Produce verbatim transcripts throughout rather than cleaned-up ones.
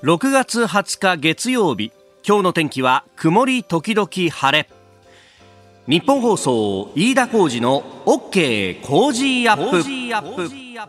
ろくがつはつか月曜日、今日の天気は曇り時々晴れ。日本放送飯田浩司の OK 工事アップ。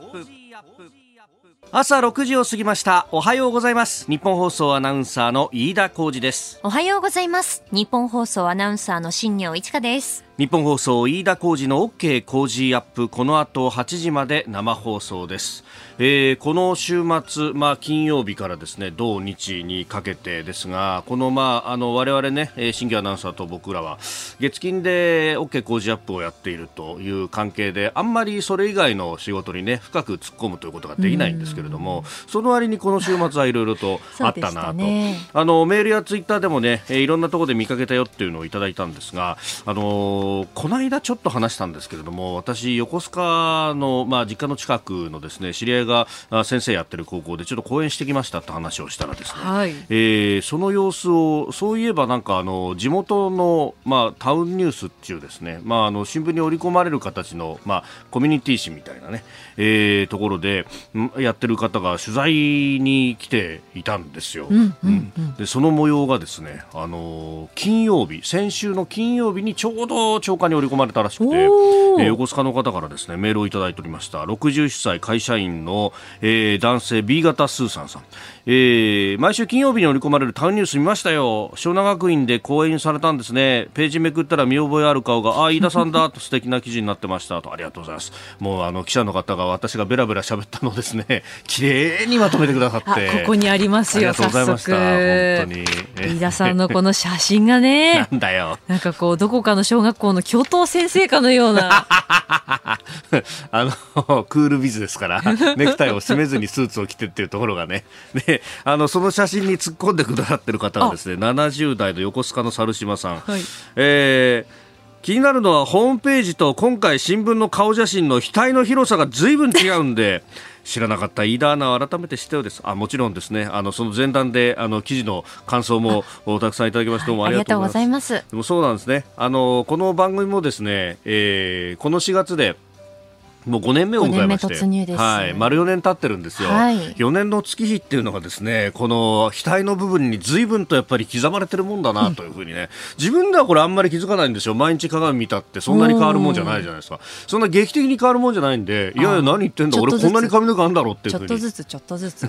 朝ろくじを過ぎました。おはようございます。日本放送アナウンサーの飯田浩司です。 おはようございます。日本放送アナウンサーの新業一華です。 日本放送飯田浩司の OK 工事アップ、この後はちじまで生放送です。えー、この週末、まあ、金曜日からですね、土日にかけてですが、この、まあ、あの我々ね、新業アナウンサーと僕らは月金で OK 工事アップをやっているという関係で、あんまりそれ以外の仕事にね深く突っ込むということができないんですけれども、その割にこの週末はいろいろとあったなと、ね、あのメールやツイッターでもね、いろんなところで見かけたよっていうのをいただいたんですが、あのこの間ちょっと話したんですけれども、私横須賀の、まあ、実家の近くのですね、知り合いが先生やってる高校でちょっと講演してきましたって話をしたらですね、はい、えー、その様子を、そういえばなんかあの地元の、まあ、タウンニュースっていうですね、まあ、あの新聞に織り込まれる形の、まあ、コミュニティ誌みたいなね、えー、ところでやってる方が取材に来ていたんですよ、うんうんうん、でその模様がですね、あの金曜日、先週の金曜日にちょうど朝刊に織り込まれたらしくて、えー、横須賀の方からですねメールをいただいておりました。ろくじゅういっさい会社員の、えー、男性 B 型スーさんさん、えー、毎週金曜日に織り込まれるタウンニュース見ましたよ。湘南学院で講演されたんですね。ページめくったら見覚えある顔が、あ、飯田さんだと素敵な記事になってましたと。ありがとうございます。もうあの記者の方が私がベラベラ喋ったのをですね、綺麗にまとめてくださって、 あ、ここにありますよ。 ありがとうございました。本当に飯田さんのこの写真がねなんだよ、 なんかこうどこかの小学校の教頭先生かのようなあのクールビズですからネクタイを締めずにスーツを着てっていうところがね、であのその写真に突っ込んでくださってる方はですね、ななじゅうだいの横須賀の猿島さん、はい、えー、気になるのはホームページと今回新聞の顔写真の額の広さが随分違うんで知らなかった飯田アナを改めて知ったようです。あ、もちろんですね、あのその前段であの記事の感想もたくさんいただきまして、どうもありがとうございます。 はい、ありがとうございます。 でもそうなんですね、あのこの番組もですね、えー、このしがつでもうごねんめを迎えまして、 突入です、 はい、丸よねん経ってるんですよ、はい、よねんの月日っていうのがですね、この額の部分に随分とやっぱり刻まれてるもんだなというふうにね、うん、自分ではこれあんまり気づかないんですよ。毎日鏡見たってそんなに変わるもんじゃないじゃないですか。そんな劇的に変わるもんじゃないんで、いやいや何言ってんだ、俺こんなに髪の毛あるんだろうっていうふうに、 ちょっとずつちょっとずつ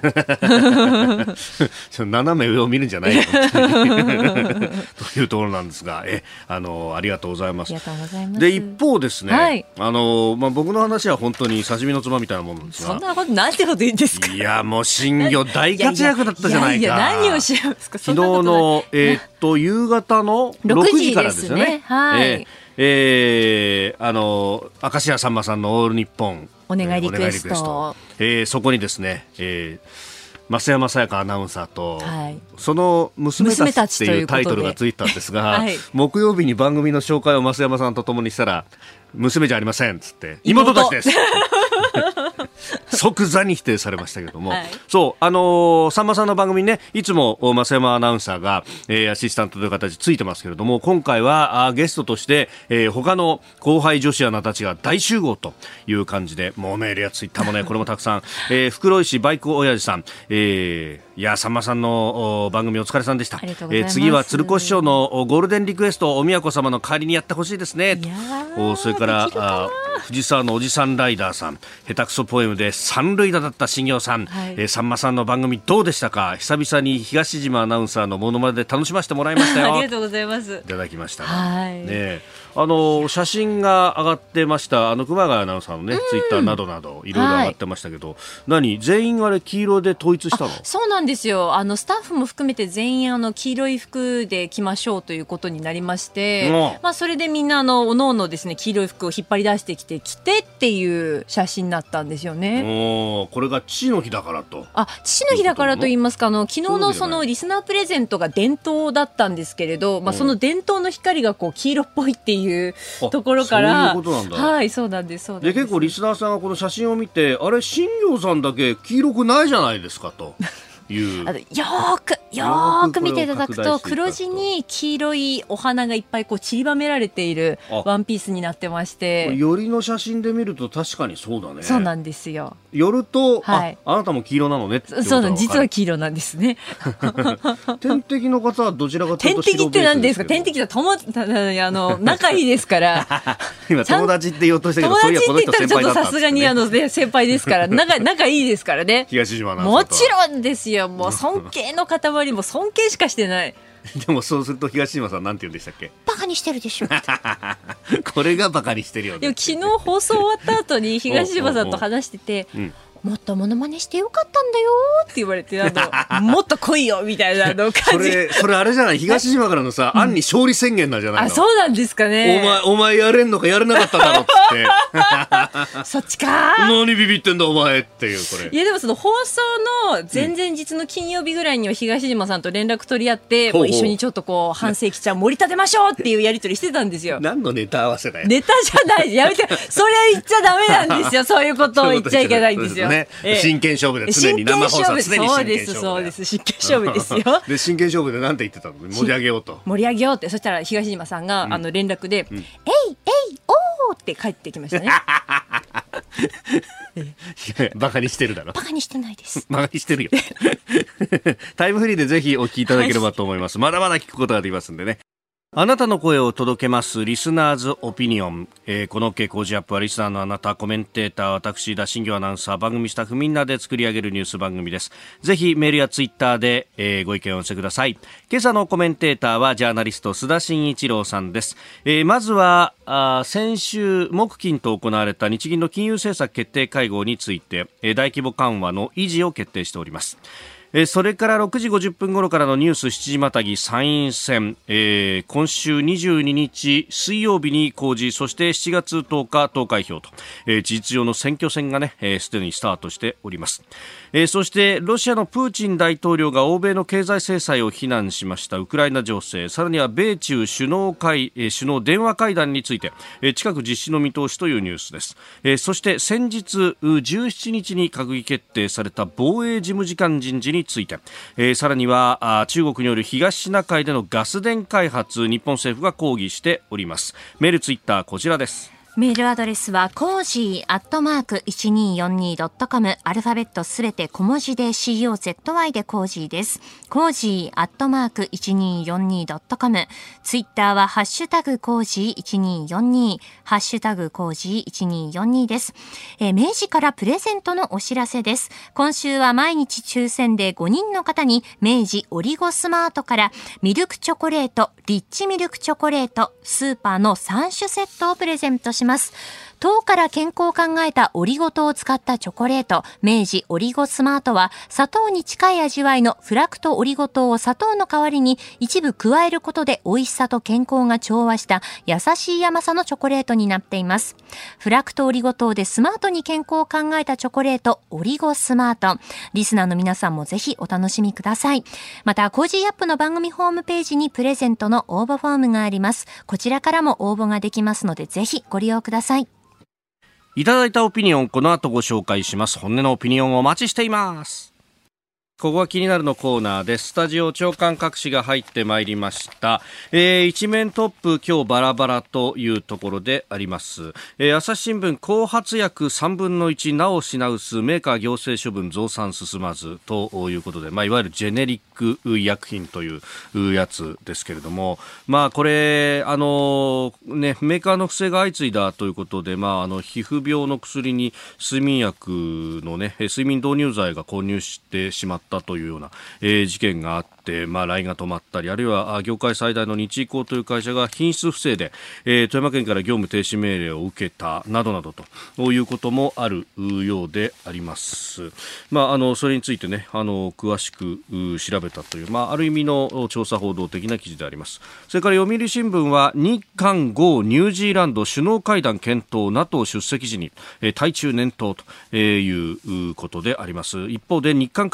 斜め上を見るんじゃないよというところなんですが、えあのありがとうございます。 ありがとうございます。 で一方ですね、はい、あのまあ、僕の話は本当に刺身のつまみたいなものなんですが、 そんなことなんてこと言うんですか。 いやもう新業大活躍だったじゃないか。 いやいや何をしますか。 昨日の、えー、っと夕方のろくじからですよね。 はい、 えーえー、あの明石家さんまさんのオール日本お願いリクエスト、 えー、そこにですね、えー、増山さやかアナウンサーと、はい、その娘たちっていうタイトルがついたんですが、はい、木曜日に番組の紹介を増山さんと共にしたら、娘じゃありませんっつって妹たちです即座に否定されましたけども、はい、そうあのー、さんまさんの番組ね、いつも増山アナウンサーが、えー、アシスタントという形ついてますけれども、今回はあゲストとして、えー、他の後輩女子アナたちが大集合という感じで、もうメールやツイッターもねこれもたくさん、えー、袋井市バイク親父さん、えー、いやさんまさんの番組お疲れさんでした。 ありがとうございます。 えー、次は鶴子師匠のゴールデンリクエストをお宮子様の代わりにやってほしいですね。おそれからあ藤沢のおじさんライダーさん、下手くそポエムで三塁打だった新業さん、はい、えー、さんまさんの番組どうでしたか。久々に東島アナウンサーのモノマネで楽しませてもらいましたよありがとうございます。 いただきました、 はい、 ね、あの写真が上がってました。あの熊谷アナウンサーのね、ツイッターなどなどいろいろ上がってましたけど、はい、何全員あれ黄色で統一したの。 そうなんですよ。あのスタッフも含めて全員あの黄色い服で着ましょうということになりまして、うん、まあ、それでみんなあのおのおのですね、黄色い服を引っ張り出してきて着てっていう写真だったんですよね。 おこれが父の日だからと。 あ、父の日だからと言いますか、あの昨日のそのリスナープレゼントが伝統だったんですけれど、まあ、その伝統の光がこう黄色っぽいっていうところから、 そういうことなんだ。 はい、そうなんです、そうなんです。 で結構リスナーさんがこの写真を見て、あれ新業さんだけ黄色くないじゃないですかという。 あのよーくよーく見ていただくと黒地に黄色いお花がいっぱいこう散りばめられているワンピースになってまして、 よりの写真で見ると確かにそうだね。 そうなんですよ。 よると、 はい、 あ、あなたも黄色なのねってことが分かる。 そうなん、実は黄色なんですね。 天敵の方はどちらかというと白ベースですけど。天敵って何ですか。天敵は友あの仲いいですから。 今友達って言おうとしたけど、そういやこの人先輩だったんですね。 さすがにあの先輩ですから仲仲いいですからね。 東島なんもちろんですよ。もう尊敬の塊も尊敬しかしてない。 でもそうすると東島さんなんて言うんでしたっけ。 バカにしてるでしょ。 これがバカにしてるよね。 でも昨日放送終わった後に東島さんと話してて、うん、もっとモノマネしてよかったんだよって言われて、あのもっと来いよみたいなの感じ。 それそれあれじゃない、東島からのさ、うん、案に勝利宣言なんじゃないの。 あ、そうなんですかね。 お前お前やれんのかやれなかっただろっつってそっちか何ビビってんだお前っていう。これいやでもその放送の前々日の金曜日ぐらいには東島さんと連絡取り合って、うん、もう一緒にちょっとこう反省期ちゃん盛り立てましょうっていうやり取りしてたんですよ。 何のネタ合わせだよ。 ネタじゃない、やめて、それ言っちゃダメなんですよ。そういうことを言っちゃいけないんですよ。 ね、ええ、真剣勝負で常に生放送常に真剣勝負。 そうですそうです、真剣勝負ですよ。 で真剣勝負で何て言ってたの。盛り上げようと。 盛り上げようって。そしたら東島さんが、うん、あの連絡で、うん、えいえいおーって帰ってきましたね。 バカにしてるだろ。 バカにしてないです。 バカにしてるよ。タイムフリーでぜひお聞きいただければと思います。はい、まだまだ聞くことができますんでね。あなたの声を届けますリスナーズオピニオン、えー、この OK 工事アップはリスナーのあなた、コメンテーター、私田新業アナウンサー、番組スタッフみんなで作り上げるニュース番組です。ぜひメールやツイッターで、えー、ご意見をお寄せください。今朝のコメンテーターはジャーナリスト須田慎一郎さんです。えー、まずはあ先週木金と行われた日銀の金融政策決定会合について、えー、大規模緩和の維持を決定しております。それからろくじごじゅっぷん頃からのニュースしちじまたぎ参院選、えー、今週にじゅうににち水曜日に公示、そしてしちがつとおか投開票と、えー、事実上の選挙戦がね、えー、すでにスタートしております。えー、そしてロシアのプーチン大統領が欧米の経済制裁を非難しましたウクライナ情勢、さらには米中首脳会、えー、首脳電話会談について、えー、近く実施の見通しというニュースです。えー、そして先日じゅうしちにちに閣議決定された防衛事務次官人事について、えー、さらには中国による東シナ海でのガス田開発、日本政府が抗議しております。メールツイッターこちらです。 メールアドレスはコージーアットマーク いちにーよんにードットコム、 アルファベットすべて小文字で コー でコージーです。コージーアットマーク いちにーよんにードットコム、 ツイッターはハッシュタグコージーいちにーよんにー、ハッシュタグコージーいちにーよんにーです。えー、明治からプレゼントのお知らせです。今週は毎日抽選でごにんの方に明治オリゴスマートからミルクチョコレート、リッチミルクチョコレート、スーパーのさん種セットをプレゼントします。糖から健康を考えたオリゴ糖を使ったチョコレート、明治オリゴスマートは砂糖に近い味わいのフラクトオリゴ糖を砂糖の代わりに一部加えることで美味しさと健康が調和した優しい甘さのチョコレートになっています。フラクトオリゴ糖でスマートに健康を考えたチョコレート、オリゴスマート。リスナーの皆さんもぜひお楽しみください。またコージーアップの番組ホームページにプレゼントの応募フォームがあります。こちらからも応募ができますのでぜひご利用ください。 いただいたオピニオン、この後ご紹介します。本音のオピニオンをお待ちしています。ここは気になるのコーナーです。スタジオ長官各紙が入ってまいりました。えー、一面トップ今日バラバラというところであります。えー、朝日新聞、後発薬さんぶんのいちなお品薄、メーカー行政処分増産進まずということで、まあ、いわゆるジェネリック医薬品というやつですけれども、まあこれあのねメーカーの不正が相次いだということで、まああの皮膚病の薬に睡眠薬のね睡眠導入剤が混入してしまったというような、えー、事件があって、まあ、来が止まったり、あるいは業界最大の日医工という会社が品質不正で、えー、富山県から業務停止命令を受けたなどなどということもあるようであります。まあ、あのそれについてねあの詳しく調べたという、まあ、ある意味の調査報道的な記事であります。それから読売新聞は日韓豪ニュージーランド首脳会談検討 NATO 出席時に、えー、対中念頭ということであります。一方で日韓会談は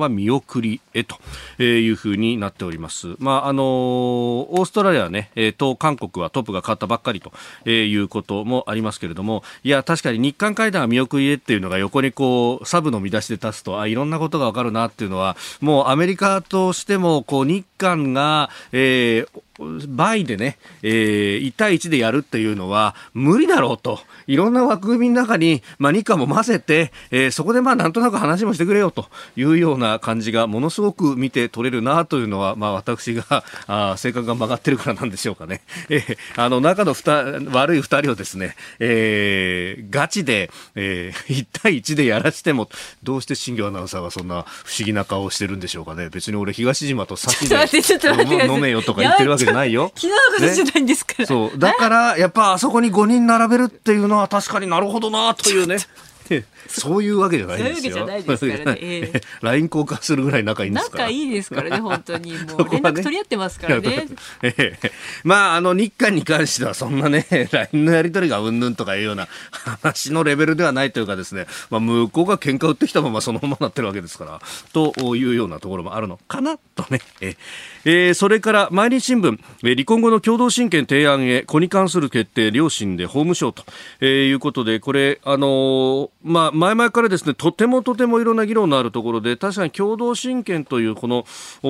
は見送りへというふうになっております。まああのオーストラリアはね、と韓国はトップが変わったばっかりということもありますけれども、いや確かに日韓会談は見送りへっていうのが横にこうサブの見出しで立つと、あいろんなことがわかるなっていうのは、もうアメリカとしてもこう日韓が、えー倍でね、えー、いち対いちでやるっていうのは無理だろうと、いろんな枠組みの中に、まあ、日韓も混ぜて、えー、そこでまあなんとなく話もしてくれよというような感じがものすごく見て取れるなというのは、まあ、私があ性格が曲がってるからなんでしょうかね。えー、あの仲のふた悪い二人をですね、えー、ガチで、えー、いち対いちでやらしても、どうして新庄アナウンサーはそんな不思議な顔をしてるんでしょうかね。別に俺東島と先で飲めよとか言ってるわけじゃないよ。 昨日のことじゃないんですから、ね、 そうだからやっぱあそこにごにん並べるっていうのは確かになるほどなというねそういうわけじゃないんですよ。 そういうわけじゃないですからね、えー、 ライン 交換するぐらい仲いいんですから。 仲いいですからね、本当にもう連絡取り合ってますからね。 えー、まああの日韓に関してはそんなね ライン のやり取りがうんぬんとかいうような話のレベルではないというかですね、まあ、向こうが喧嘩売ってきたままそのままなってるわけですからというようなところもあるのかなとね。えーえー、それから毎日新聞、えー、離婚後の共同親権提案へ子に関する決定両親で法務省と、えー、いうことで、これあのー、まあ前々からですね、とてもとてもいろんな議論のあるところで、確かに共同親権というこの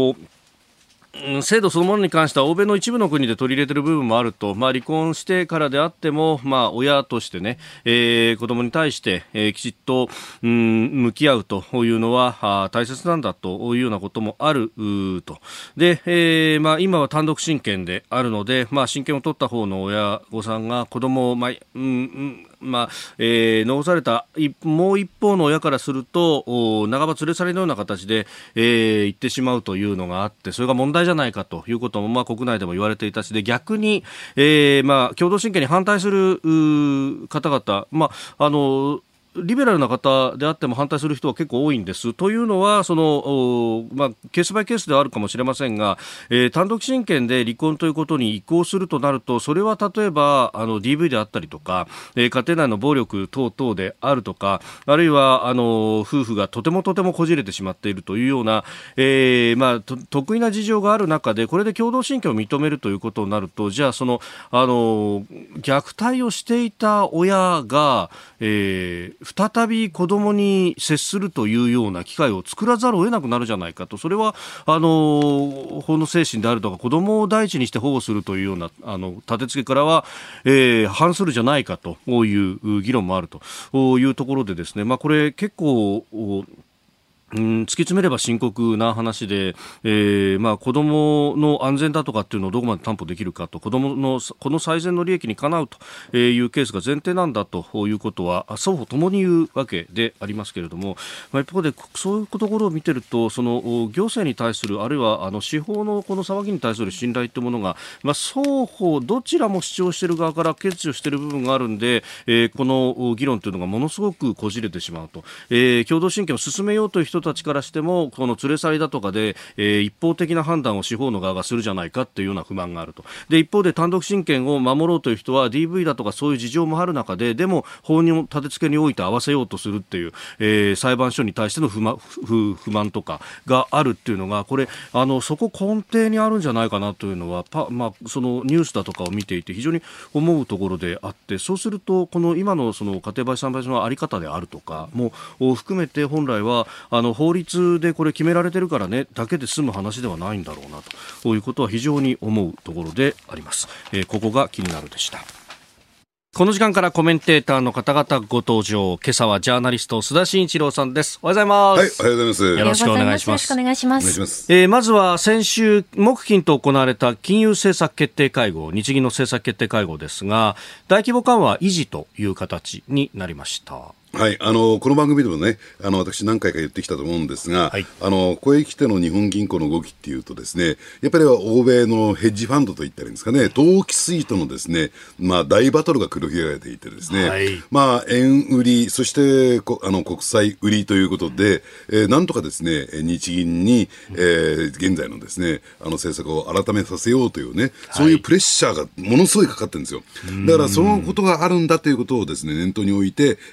制度そのものに関しては欧米の一部の国で取り入れている部分もあると、まあ、離婚してからであっても、まあ、親としてね、えー、子供に対して、えー、きちっと、うん、向き合うというのは大切なんだというようなこともあると。で、えーまあ、今は単独親権であるので、まあ、親権を取った方の親御さんが子供を、まあうんうんまあえー、残されたもう一方の親からすると半ば連れ去りのような形で、えー、行ってしまうというのがあって、それが問題じゃないかということも、まあ、国内でも言われていたし、で逆に、えーまあ、共同親権に反対する方々、まああのリベラルな方であっても反対する人は結構多いんです。というのはその、まあ、ケースバイケースではあるかもしれませんが、えー、単独親権で離婚ということに移行するとなると、それは例えばあの ディーブイ であったりとか、えー、家庭内の暴力等々であるとか、あるいはあの夫婦がとてもとてもこじれてしまっているというような、えーまあ、と得意な事情がある中で、これで共同親権を認めるということになると、じゃあそのあの虐待をしていた親が、えー再び子供に接するというような機会を作らざるを得なくなるじゃないかと。それはあの法の精神であるとか、子供を第一にして保護するというようなあの立て付けからは、えー、反するじゃないかという議論もあるというところでですね、まあ、これ結構うん、突き詰めれば深刻な話で、えーまあ、子どもの安全だとかっていうのをどこまで担保できるかと、子どものこの最善の利益にかなうというケースが前提なんだということは双方ともに言うわけでありますけれども、まあ、一方でそういうところを見てると、その行政に対する、あるいはあの司法のこの騒ぎに対する信頼というものが、まあ、双方どちらも主張している側から欠如している部分があるんで、えー、この議論というのがものすごくこじれてしまうと、えー、共同親権を進めようという人たちからしても、この連れ去りだとかで、えー、一方的な判断を司法の側がするじゃないかというような不満があると。で一方で単独親権を守ろうという人は ディーブイ だとかそういう事情もある中で、でも法に立て付けにおいて合わせようとするっていう、えー、裁判所に対しての不満、不、不満とかがあるっていうのが、これあのそこ根底にあるんじゃないかなというのはパ、まあ、そのニュースだとかを見ていて非常に思うところであって、そうするとこの今のその家庭賠償のあり方であるとかも含めて、本来はあの法律でこれ決められてるからねだけで済む話ではないんだろうなと、こういうことは非常に思うところであります。えー、ここが気になるでした。この時間からコメンテーターの方々ご登場。今朝はジャーナリスト須田慎一郎さんです。おはようございます。 はい、おはようございます。 よろしくお願いします。 よろしくお願いします。 えー、まずは先週木金と行われた金融政策決定会合、日銀の政策決定会合ですが、大規模緩和維持という形になりました。 はい、あのこの番組でもね、あの私何回か言ってきたと思うんですが、はい、あのここへ来ての日本銀行の動きっていうとですね、やっぱり欧米のヘッジファンドといったらいいんですかね、投機水とのですね、まあ、大バトルが繰り広げられていてですね、はい、まあ、円売り、そしてこあの国債売りということで、えー、なんとかですね、日銀に、えー、現在のですね、あの政策を改めさせようというね、そういうプレッシャーがものすごいかかってるんですよ。だからそのことがあるんだということをですね、念頭に置いて、えー、今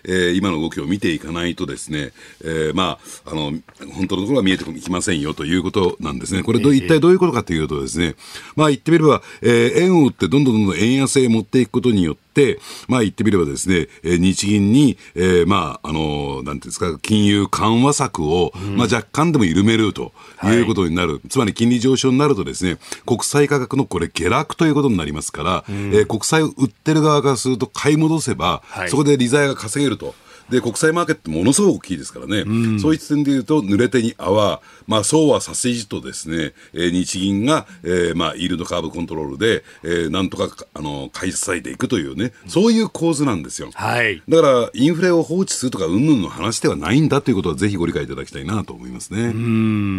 今の動きを見ていかないとですね、えー、まあ、あの、本当のところは見えてきませんよということなんですね。これど、一体どういうことかというとですね、まあ言ってみれば、えー、円を売ってどんどんどんどん円安へ持っていくことによって、まあ言ってみればですね、えー、日銀に、えー、まあ、あの、なんていうんですか、金融緩和策を、うん、まあ若干でも緩めるということになる。はい、つまり金利上昇になるとですね、国債価格のこれ下落ということになりますから、うん、えー、国債を売ってる側からすると買い戻せば、はい、そこで利材が稼げると。で、国際マーケットものすごく大きいですからね、うん、そういった点でいうと、濡れ手に泡、まあ、そうはさせじとですね、えー、日銀が、えー、まあ、イールドカーブコントロールで、えー、なんとか、あの、買い支えていくというね、そういう構図なんですよ。はい。だから、インフレを放置するとか、うんぬんの話ではないんだということは、ぜひご理解いただきたいなと思いますね。 うん。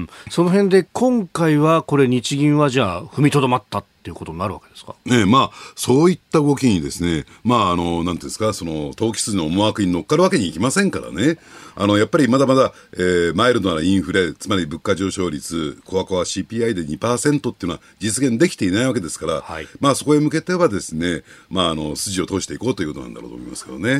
その辺で、今回は、これ、日銀はじゃあ、踏みとどまったということになるわけですか。 ね、まあ、そういった動きにですね、まあ、あの、なんていうんですか、その、投機筋の思惑に乗っかるわけにいきませんからね。あの、やっぱりまだまだ、えー、マイルドなインフレ、つまり物価上昇率、コアコア シーピーアイ で にパーセント っていうのは実現できていないわけですから、はい、まあ、そこへ向けてはですね、まあ、あの、筋を通していこうということなんだろうと思いますけどね。 うん。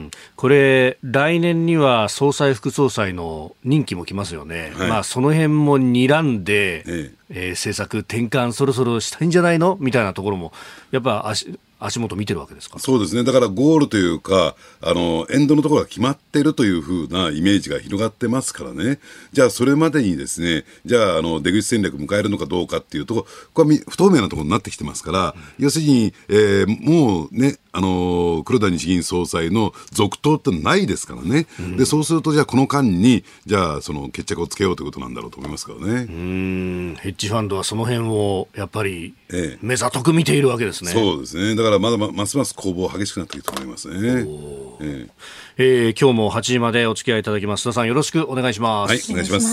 これ、来年には総裁、副総裁の任期も来ますよね。はい、まあ、その辺も睨んで、えええー、政策転換そろそろしたいんじゃないのみたいなところもやっぱ足足元見てるわけですか。 そうですね。だからゴールというか、あの、エンドのところが決まっているというふうなイメージが広がってますからね。じゃあ、それまでにですね、じゃあ、あの、出口戦略迎えるのかどうかっていうところ、これは不透明なところになってきてますから、うん、要するに、えー、もうね、あの、黒田日銀総裁の続投ってないですからね。うん、で、そうすると、じゃあ、この間に、じゃあ、その決着をつけようということなんだろうと思いますからね。うーん、ヘッジファンドはその辺を、やっぱり、ええ、目ざとく見ているわけですね。 そうですね。だから、まだますます攻防激しくなっていくと思いますね。 えええー、今日もはちじまでお付き合いいただきます。須田さん、よろしくお願いします。 はい、お願いします。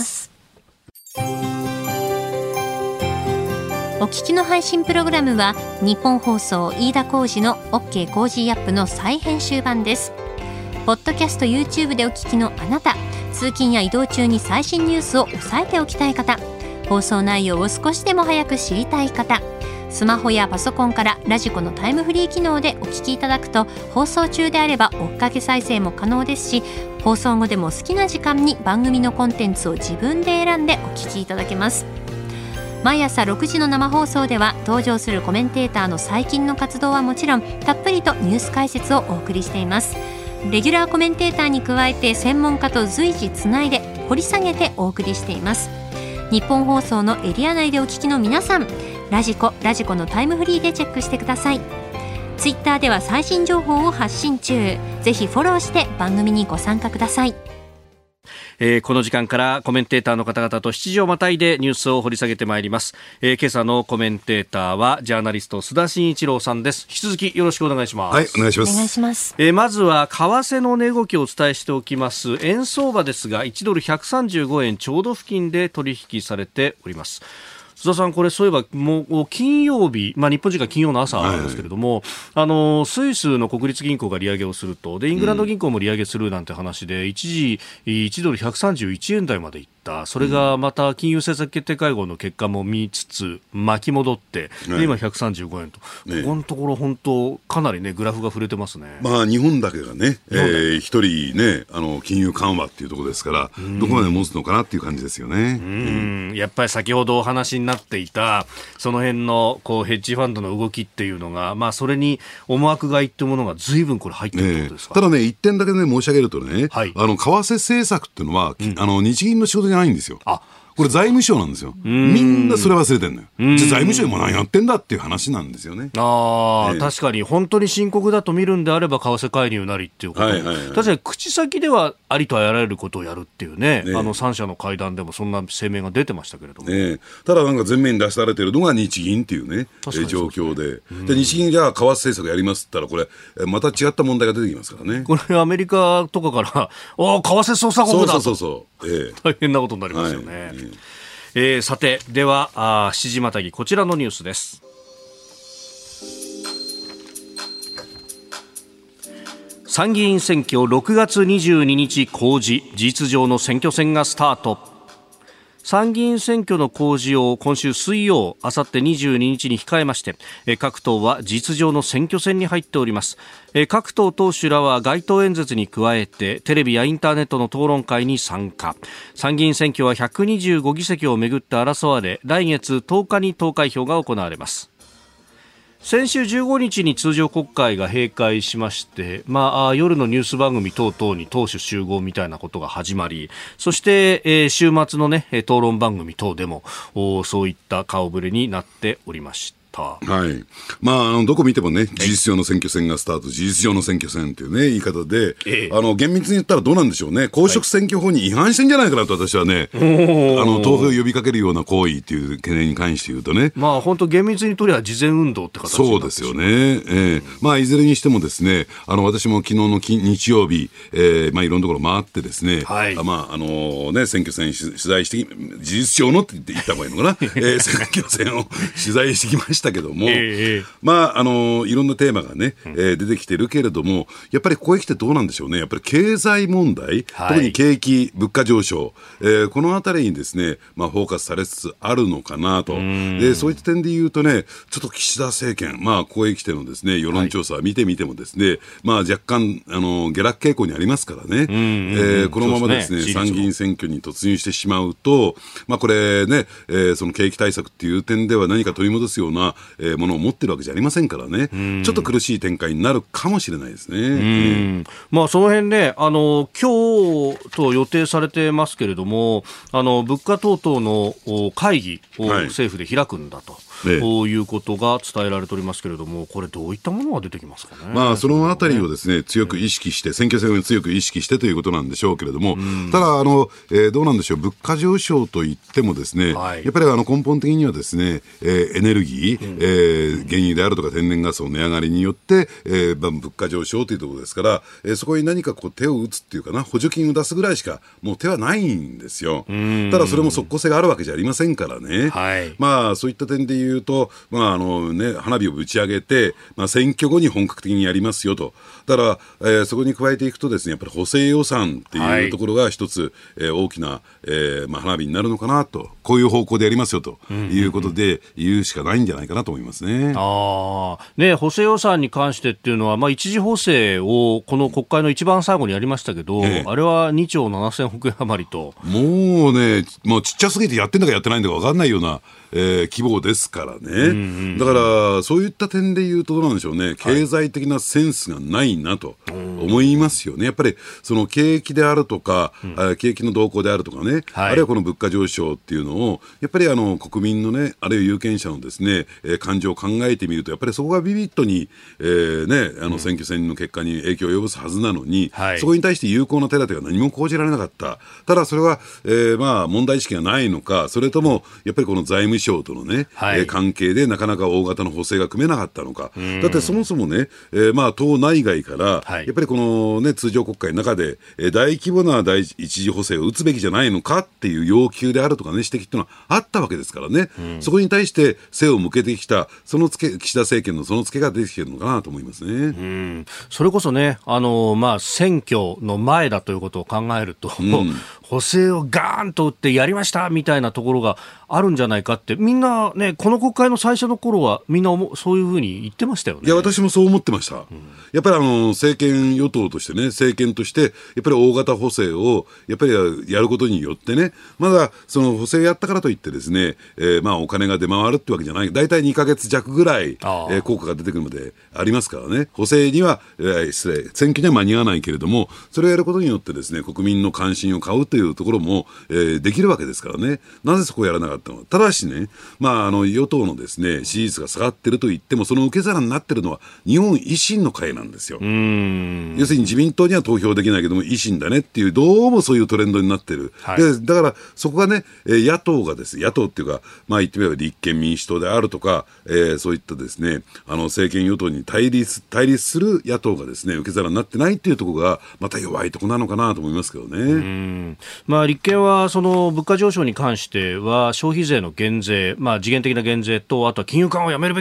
お聞きの配信プログラムは日本放送飯田浩司の OK コージーアップの再編集版です。ポッドキャスト YouTube でお聞きのあなた、通勤や移動中に最新ニュースを押さえておきたい方、放送内容を少しでも早く知りたい方、スマホやパソコンからラジコのタイムフリー機能でお聞きいただくと、放送中であれば追っかけ再生も可能ですし、放送後でも好きな時間に番組のコンテンツを自分で選んでお聞きいただけます。毎朝ろくじの生放送では登場するコメンテーターの最近の活動はもちろん、たっぷりとニュース解説をお送りしています。レギュラーコメンテーターに加えて専門家と随時つないで掘り下げてお送りしています。日本放送のエリア内でお聞きの皆さん、ラジコ、ラジコのタイムフリーでチェックしてください。ツイッターでは最新情報を発信中。ぜひフォローして番組にご参加ください。 えー、この時間からコメンテーターの方々と七時をまたいでニュースを掘り下げてまいります。えー、今朝のコメンテーターはジャーナリスト須田慎一郎さんです。引き続きよろしくお願いします。 はい、お願いします。 お願いします。 えー、まずは為替の値動きをお伝えしておきます。円相場ですがいちドルひゃくさんじゅうごえんちょうど付近で取引されております。須田さん、これそういえばもう金曜日、まあ、日本時間金曜の朝なんですけれども、はいはい、あのスイスの国立銀行が利上げをすると、でイングランド銀行も利上げするなんて話で、うん、一時いちドルひゃくさんじゅういちえん台までいった。それがまた金融政策決定会合の結果も見つつ巻き戻って、はい、で今ひゃくさんじゅうごえんと、ね、ここのところ本当かなりねグラフが触れてますね。 まあ、日本だけがね、えー、一人ねあの金融緩和っていうところですから、どこまで持つのかなっていう感じですよね。 うん、うん、やっぱり先ほどお話になっていたその辺のこうヘッジファンドの動きっていうのが、まあ、それに思惑買いっていうものが随分これ入ってるってことですか。 ね、ただね一点だけね申し上げるとね、はい、あの為替政策っていうのは、うん、あの日銀の仕事じゃないんですよ。あ、これ財務省なんですよ。みんなそれ忘れてんのよ。じゃあ財務省も何やってんだっていう話なんですよね。 ああ、えー、確かに本当に深刻だと見るんであれば為替介入なりっていうこと、はいはいはい、確かに口先ではありとあらゆることをやるっていうね、ね、あのさん社の会談でもそんな声明が出てましたけれども、 ね、ただなんか前面に出されてるのが日銀っていうね、え状況で、で日銀じゃあ為替政策やりますって言ったらこれまた違った問題が出てきますからね。 これアメリカとかからお為替操作国だとそうそうそうそう、えー、 大変なことになりますよね。はい、えーえー、さてではあしちじまたぎこちらのニュースです。参議院選挙ろくがつにじゅうににち公示、事実上の選挙戦がスタート。 参議院選挙の公示を今週水曜、あさってにじゅうににちに控えまして、各党は事実上の選挙戦に入っております。各党党首らは街頭演説に加えてテレビやインターネットの討論会に参加。参議院選挙はひゃくにじゅうごぎせきをめぐって争われ、来月とおかに投開票が行われます。先週じゅうごにちに通常国会が閉会しまして、まあ、夜のニュース番組等々に党首集合みたいなことが始まり、そして、えー、週末の、ね、討論番組等でもそういった顔ぶれになっておりました。はい。 まあ、あの、どこ見てもね、事実上の選挙戦がスタート、事実上の選挙戦っていうね、言い方で、ええ、あの、厳密に言ったらどうなんでしょうね。公職選挙法に違反してんじゃないかなと私はね、はい、あの、投票を呼びかけるような行為っていう懸念に関して言うとね。 まあ、本当厳密にとりゃ事前運動って形になってそうですよね。ええ、まあ、いずれにしてもですね、あの、私も昨日の日曜日、えー、まあ、いろんなところ回ってですね、はい、あまあ、あのね、選挙戦取材して、事実上のって言った方がいいのかな、えー、選挙戦を取材してきましただけども、えー、まああのいろんなテーマがね、えー、出てきてるけれども、やっぱりここへ来てどうなんでしょうね。やっぱり経済問題、はい、特に景気物価上昇、えー、このあたりにですね、まあフォーカスされつつあるのかなと。でそういった点で言うとね、ちょっと岸田政権、まあここへ来てのですね世論調査を見てみてもですね、はい、まあ若干あの下落傾向にありますからね。えー、このままですね、参議院選挙に突入してしまうと、まあこれね、えー、その景気対策っていう点では何か取り戻すようなえー、ものを持ってるわけじゃありませんからね、ちょっと苦しい展開になるかもしれないですね。うん、 まあ、その辺ね、あの今日と予定されてますけれども、あの物価等々の会議を政府で開くんだと、はい、こういうことが伝えられておりますけれども、これどういったものが出てきますかね。 まあ、そのあたりをですね強く意識して、選挙戦を強く意識してということなんでしょうけれども、ただあの、えー、どうなんでしょう、物価上昇といってもですね、はい、やっぱりあの根本的にはですね、えー、エネルギー、うんえー、原油であるとか天然ガスの値上がりによって、えー、物価上昇というところですから、えー、そこに何かこう手を打つっていうかな、補助金を出すぐらいしかもう手はないんですよ。ただそれも即効性があるわけじゃありませんからね、はい、まあそういった点で言うと、まああのね、花火を打ち上げて、まあ、選挙後に本格的にやりますよと。だから、えー、そこに加えていくとですね、やっぱり補正予算っていうところが一つ、はいえー、大きな、えーまあ、花火になるのかなと、こういう方向でやりますよということで言うしかないんじゃないかなと思いますね。 あね、補正予算に関してっていうのは、まあ、一次補正をこの国会の一番最後にやりましたけど、ええ、あれはにちょうななせんおくえん余りと、 もうね、もうちっちゃすぎてやってんだかやってないんだか分かんないような、えー、規模ですからね、うんうんうん、だからそういった点で言うとどうなんでしょうね、経済的なセンスがないなと思いますよね。やっぱりその景気であるとか、うん、景気の動向であるとかね、はい、あるいはこの物価上昇っていうのをやっぱりあの国民のね、あるいは有権者のですね、えー、感情を考えてみると、やっぱりそこがビビッドに、えーね、あの選挙戦の結果に影響を及ぼすはずなのに、うん、そこに対して有効な手立てが何も講じられなかった。ただそれは、えー、まあ問題意識がないのか、それともやっぱりこの財務省とのね、はいえー、関係でなかなか大型の補正が組めなかったのか。だってそもそもね、えー、まあ党内外から、はい、やっぱりこの、ね、通常国会の中で、えー、大規模な第一次補正を打つべきじゃないのかっていう要求であるとかね、指摘っていうのはあったわけですからね、うん、そこに対して背を向けてきた、そのつけ岸田政権のそのつけが出てきているのかなと思いますね。うん、 それこそね、あのまあ、選挙の前だということを考えると、うん、補正をガーンと打ってやりましたみたいなところがあるんじゃないかって、みんなね、この国会の最初の頃はみんなそういうふうに言ってましたよね。 いや、私もそう思ってました。うん、やっぱりあの政権与党としてね、政権としてやっぱり大型補正をやっぱりやることによってね、まだその補正やったからといってですね、えー、まあお金が出回るってわけじゃない。だいたいにかげつじゃくぐらい、えー、効果が出てくるまでありますからね。補正には、えー、失礼、選挙には間に合わないけれども、それをやることによってですね、国民の関心を買うというところも、えー、できるわけですからね。なぜそこをやらなかったのか。ただしね、まあ、あの与党のですね支持率が下がっていると言っても、その受け皿になっているのは日本維新の会なんですよ。うーん、要するに自民党には投票できないけども維新だねっていう、どうもそういうトレンドになっている、はい、でだからそこがね、野党がです野党っていうか、まあ、言ってみれば立憲民主党であるとか、えー、そういったですねあの政権与党に対立対立する野党がですね受け皿になってないっていうところがまた弱いところなのかなと思いますけどね。うーん、まあ、立憲はその物価上昇に関しては消費税の減税、まあ、時限的な減税と、あとは金融緩和をやめるべきだっ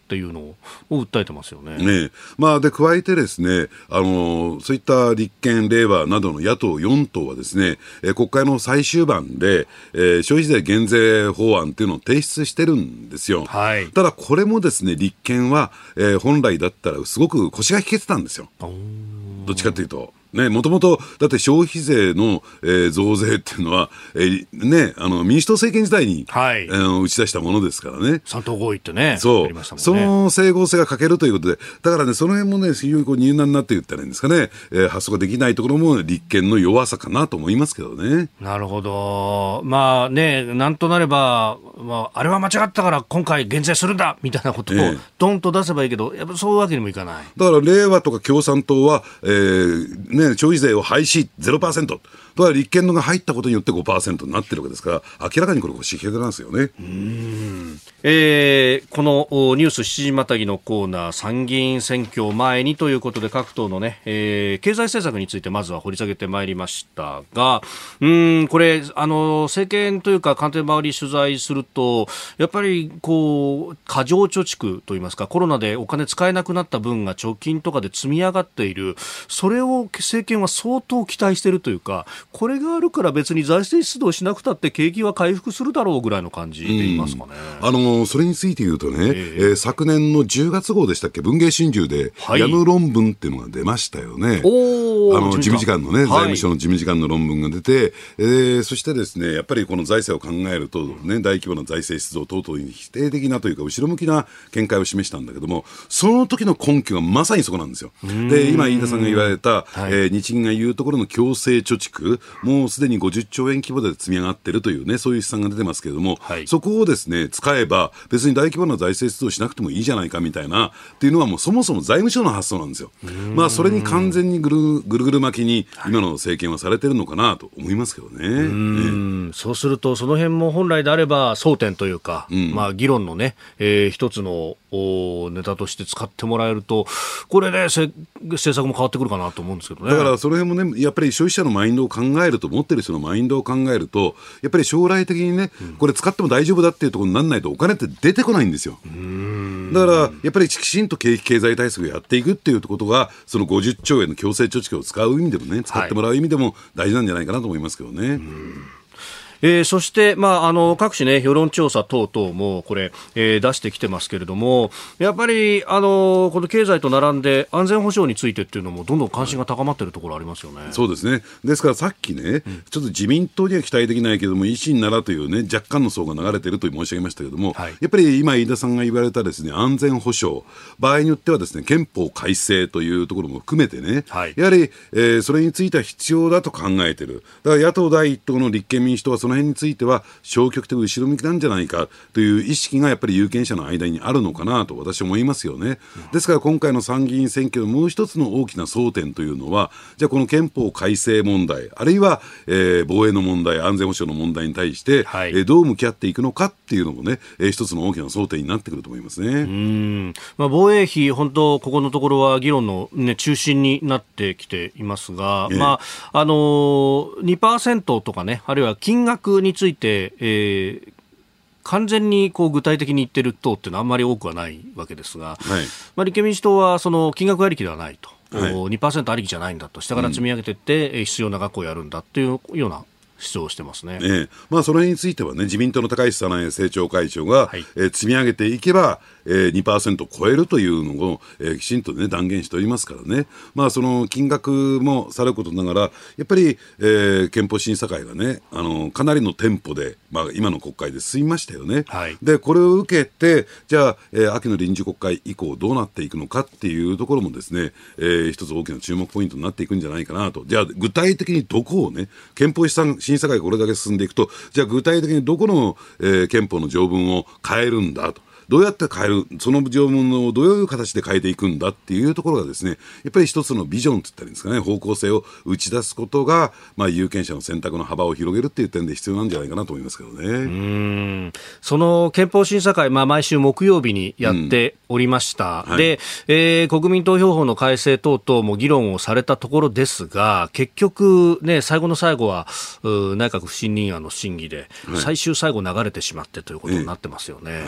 っていうのを訴えてますよね。 ねまあ、で加えてですね、あのそういった立憲、れいわなどの野党よん党はですね、えー、国会の最終盤で、えー、消費税減税法案っていうのを提出してるんですよ。はい、ただこれもですね、立憲は、えー、本来だったらすごく腰が引けてたんですよ。どっちかというと。ね、もともと、だって消費税の、えー、増税っていうのは、えー、ね、あの、民主党政権時代に、はい、えー、打ち出したものですからね。 三党合意ってね。 そう。 ありましたもんね。 その整合性が欠けるということで、だからね、その辺もね、非常にこう、柔軟になって言ったらいいんですかね、えー、発想ができないところも立憲の弱さかなと思いますけどね。 なるほど。まあね、なんとなれば、まあ、あれは間違ったから今回減税するんだみたいなことをドンと出せばいいけど、えー、やっぱそういうわけにもいかない。 だから、れいわとか共産党は、えー、ね、消費税を廃止 ゼロパーセント。だから立憲のが入ったことによって ごパーセント になってるわけですから、明らかにこれ腰引けなんですよね。 うーん、えー、このニュースしちじまたぎのコーナー、参議院選挙前にということで各党のね、えー、経済政策についてまずは掘り下げてまいりましたが、うーんこれあの政権というか官邸周り取材するとやっぱりこう過剰貯蓄といいますか、コロナでお金使えなくなった分が貯金とかで積み上がっている、それを政権は相当期待しているというか、これがあるから別に財政出動しなくたって景気は回復するだろうぐらいの感じで言いますかね。 あのそれについて言うとね、えーえー、昨年のじゅうがつ号でしたっけ、文藝春秋で矢野論文っていうのが出ましたよね。おあの事務次官のね、はい、財務省の事務次官の論文が出て、えー、そしてですね、やっぱりこの財政を考えると、ね、大規模な財政出動等々に否定的なというか後ろ向きな見解を示したんだけども、その時の根拠がまさにそこなんですよ。で今飯田さんが言われた、はい、えー、日銀が言うところの強制貯蓄、もうすでにごじゅっちょうえん規模で積み上がっているというね、そういう試算が出てますけれども、はい、そこをですね使えば別に大規模な財政出動しなくてもいいじゃないかみたいなっていうのはもうそもそも財務省の発想なんですよ。まあそれに完全にぐるぐるぐる巻きに今の政権はされてるのかなと思いますけどね。うん、ね、そうするとその辺も本来であれば争点というか、うん、まあ議論のね、えー、一つのネタとして使ってもらえると、これで、ね、政策も変わってくるかなと思うんですけどね。 だからその辺もね、やっぱり消費者のマインドを考えると、持ってる人のマインドを考えると、やっぱり将来的にね、うん、これ使っても大丈夫だっていうところにならないとお金って出てこないんですよ。うーん、だからやっぱりきちんと景気経済対策をやっていくっていうことが、そのごじゅっちょうえんの強制貯蓄を使う意味でもね、使ってもらう意味でも大事なんじゃないかなと思いますけどね。はい、 えー、そして、まあ、あの各種、ね、世論調査等々もこれ、えー、出してきてますけれども、やっぱりあのこの経済と並んで安全保障についてっていうのもどんどん関心が高まっているところありますよね。 そうですね。ですからさっきね、うん、ちょっと自民党には期待できないけれども維新ならというね若干の層が流れていると申し上げましたけれども、はい、やっぱり今飯田さんが言われたですね安全保障、場合によってはですね憲法改正というところも含めてね、はい、やはり、えー、それについては必要だと考えている。だから野党第一党の立憲民主党はその辺については消極的後ろ向きなんじゃないかという意識がやっぱり有権者の間にあるのかなと私は思いますよね。ですから今回の参議院選挙のもう一つの大きな争点というのは、じゃあこの憲法改正問題、あるいは、えー、防衛の問題、安全保障の問題に対して、はい、えー、どう向き合っていくのかっていうのもね、えー、一つの大きな争点になってくると思いますね。うーん、まあ、防衛費本当ここのところは議論の、ね、中心になってきていますが、えーまああのー、にパーセント とかね、あるいは金額についてえー、完全にこう具体的に言っている党っていうのはあんまり多くはないわけですが、はい、まあ、立憲民主党はその金額ありきではないと、はい、にパーセント ありきじゃないんだと、下から積み上げていって、うん、必要な額をやるんだっていうような主張をしてますね。 ええ、まあ、それについてはね、自民党の高市早苗政調会長が、はい、えー、積み上げていけば、えー、にパーセント を超えるというのを、えー、きちんと、ね、断言しておりますからね。まあ、その金額もさることながらやっぱり、えー、憲法審査会がね、あのかなりのテンポで、まあ、今の国会で進みましたよね。はい、でこれを受けてじゃあ、えー、秋の臨時国会以降どうなっていくのかっていうところもですね、えー、一つ大きな注目ポイントになっていくんじゃないかなと。じゃあ具体的にどこをね、憲法審査会がこれだけ進んでいくと、じゃあ具体的にどこの、えー、憲法の条文を変えるんだと、どうやって変える、その条文をどういう形で変えていくんだっていうところがですね、やっぱり一つのビジョンって言ったらいいんですかね、方向性を打ち出すことが、まあ、有権者の選択の幅を広げるっていう点で必要なんじゃないかなと思いますけどね。うーん、その憲法審査会、まあ、毎週木曜日にやっておりました、うん、はい、で、えー、国民投票法の改正等々も議論をされたところですが、結局、ね、最後の最後は内閣不信任案の審議で、はい、最終最後流れてしまってということになってますよね。 はいはい、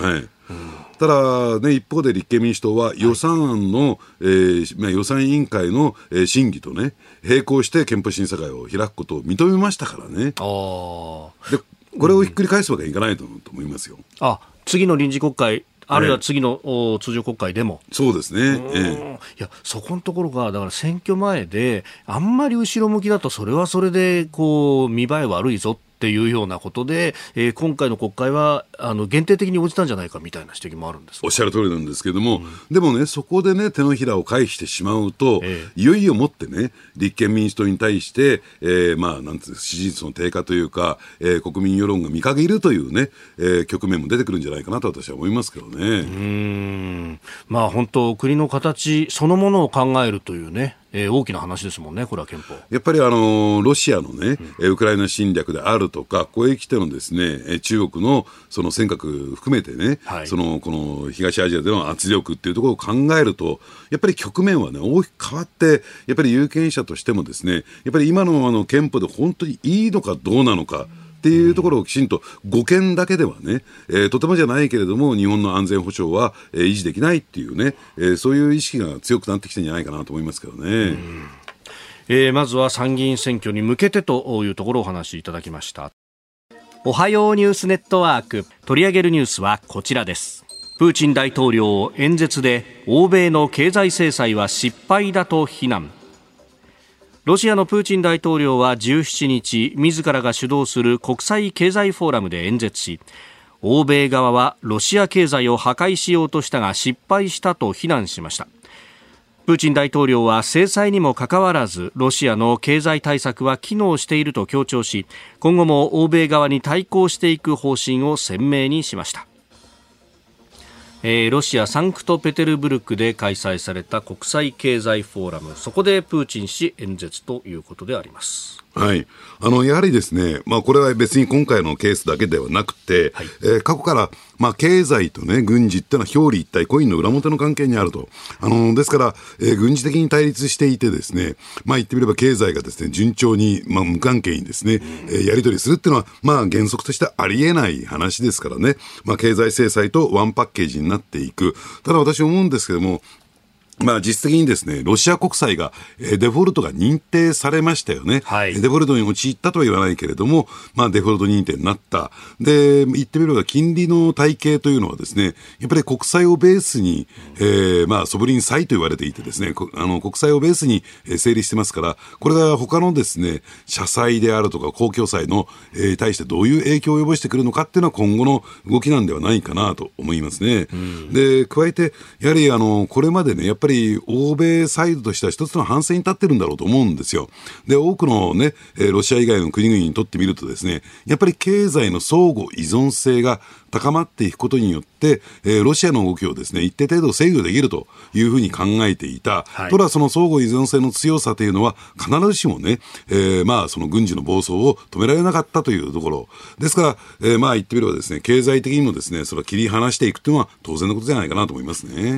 うん、ただ、ね、一方で立憲民主党は予算案の、はい、えーまあ、予算委員会の、えー、審議とね並行して憲法審査会を開くことを認めましたからね。あでこれをひっくり返すわけにいかないと思いますよ。 あ、次の臨時国会あるいは次の、えー、通常国会でもそうですね、ええ、いやそこのところがだから選挙前であんまり後ろ向きだとそれはそれでこう見栄え悪いぞっていうようなことで、えー、今回の国会はあの限定的に応じたんじゃないかみたいな指摘もあるんです。 おっしゃる通りなんですけれども、うん、でもねそこでね手のひらを返してしまうと、えー、いよいよもってね立憲民主党に対して、えー、まあなんていう支持率の低下というか、えー、国民世論が見限るというね、えー、局面も出てくるんじゃないかなと私は思いますけどね。うーん、まあ本当国の形そのものを考えるというね、えー、大きな話ですもんね。これは憲法やっぱりあのロシアのね、うん、ウクライナ侵略であるとかここへ来てのですね中国のその尖閣含めてね、はい、そのこの東アジアでの圧力っていうところを考えるとやっぱり局面はね大きく変わってやっぱり有権者としてもですねやっぱり今のままの憲法で本当にいいのかどうなのかっていうところをきちんと護憲だけではね、えー、とてもじゃないけれども日本の安全保障は、えー、維持できないっていうね、えー、そういう意識が強くなってきてるんじゃないかなと思いますけどね。うん、 えー、まずは参議院選挙に向けてというところをお話しいただきました。おはようニュースネットワーク取り上げるニュースはこちらです。プーチン大統領演説で欧米の経済制裁は失敗だと非難。ロシアのプーチン大統領はじゅうしちにち自らが主導する国際経済フォーラムで演説し欧米側はロシア経済を破壊しようとしたが失敗したと非難しました。プーチン大統領は制裁にもかかわらずロシアの経済対策は機能していると強調し今後も欧米側に対抗していく方針を鮮明にしました。えー、ロシアサンクトペテルブルクで開催された国際経済フォーラムそこでプーチン氏演説ということであります。 はい、あのやはりですね、まあ、これは別に今回のケースだけではなくて、はい、えー、過去から、まあ、経済と、ね、軍事っていうのは表裏一体コインの裏表の関係にあると。あのですから、えー、軍事的に対立していてですね、まあ、言ってみれば経済がですね順調に、まあ、無関係にですね、えー、やり取りするっていうのは、まあ、原則としてありえない話ですからね、まあ、経済制裁とワンパッケージになっていく。ただ私思うんですけどもまあ、実質的にですね、ロシア国債が、えー、デフォルトが認定されましたよね。はい、デフォルトに陥ったとは言わないけれども、まあ、デフォルト認定になった。で、言ってみれば金利の体系というのはですね、やっぱり国債をベースに、えー、まあ、ソブリン債と言われていてですね、あの、国債をベースに成立してますから、これが他のですね、社債であるとか公共債の、えー、対してどういう影響を及ぼしてくるのかっていうのは今後の動きなんではないかなと思いますね。うん、で、加えて、やはりあの、これまでね、やっぱりやっぱり欧米サイドとしては一つの反省に立ってるんだろうと思うんですよ。で、多くのね、ロシア以外の国々にとってみるとですね、やっぱり経済の相互依存性が高まっていくことによって、えー、ロシアの動きをですね、一定程度制御できるというふうに考えていた。はい、ただその相互依存性の強さというのは必ずしもね、えー、まあその軍事の暴走を止められなかったというところ。ですから、えー、まあ言ってみればですね、経済的にもですね、それを切り離していくというのは当然のことじゃないかなと思いますね。 うん、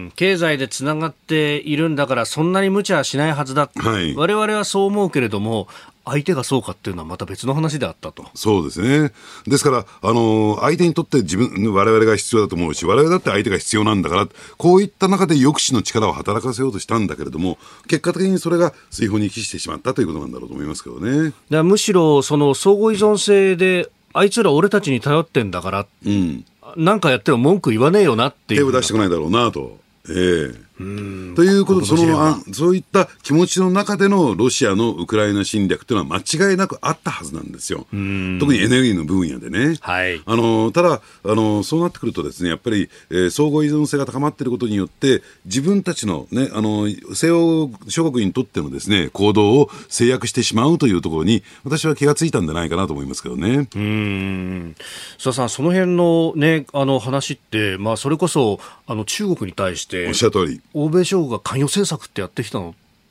経済でつながっているんだからそんなに無茶はしないはずだ。はい、我々はそう思うけれども、相手がそうかっていうのはまた別の話であったと。 そうですね。ですから、あのー、相手にとって自分、我々が必要だと思うし、我々だって相手が必要なんだから、こういった中で抑止の力を働かせようとしたんだけれども、結果的にそれが水泡に帰してしまったということなんだろうと思いますけどね。 だからむしろ、その相互依存性で、あいつら俺たちに頼ってんだから、うん、なんかやっても文句言わねえよなっていう。 手を出してこないだろうなと。ええー、ということで、そのあそういった気持ちの中でのロシアのウクライナ侵略というのは間違いなくあったはずなんですよ。特にエネルギーの分野でね。はい、あのただあのそうなってくるとですね、やっぱり、えー、相互依存性が高まっていることによって自分たちの、ね、あの西欧諸国にとってのですね行動を制約してしまうというところに私は気がついたんじゃないかなと思いますけどね。 うーん、須田さん、その辺の、ね、あの話って、まあ、それこそあの中国に対しておっしゃる通り欧米諸国が関与政策ってやってきたのっ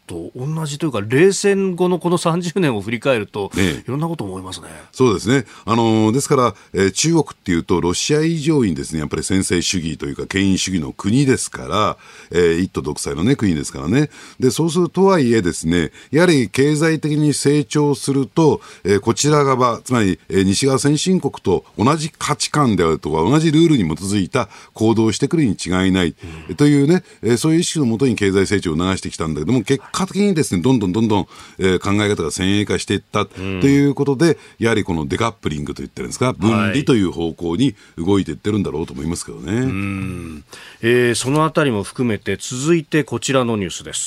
と同じというか冷戦後のこのさんじゅうねんを振り返ると、 ね、 いろんなこと思いますね。 そうですね、あのー、ですから、えー、中国っていうとロシア以上にですねやっぱり専制主義というか権威主義の国ですから、えー、一党独裁の、ね、国ですからね。でそうするとはいえですねやはり経済的に成長すると、えー、こちら側つまり、えー、西側先進国と同じ価値観であるとか同じルールに基づいた行動をしてくるに違いない、うん、というね、えー、そういう意識のもとに経済成長を促してきたんだけども結果的にですねどんどんどんどん、えー、考え方が先鋭化していった、うん、ということでやはりこのデカップリングといってるんですか分離という方向に動いていってるんだろうと思いますけどね、はい、うん、 えー、そのあたりも含めて続いてこちらのニュースです。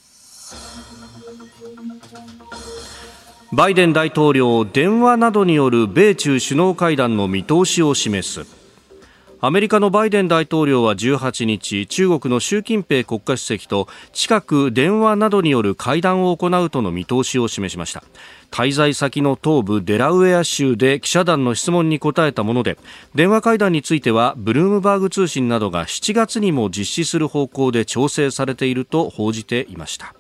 バイデン大統領電話などによる米中首脳会談の見通しを示す。アメリカのバイデン大統領はじゅうはちにち中国の習近平国家主席と近く電話などによる会談を行うとの見通しを示しました。滞在先の東部デラウェア州で記者団の質問に答えたもので、電話会談についてはブルームバーグ通信などがしちがつにも実施する方向で調整されていると報じていました。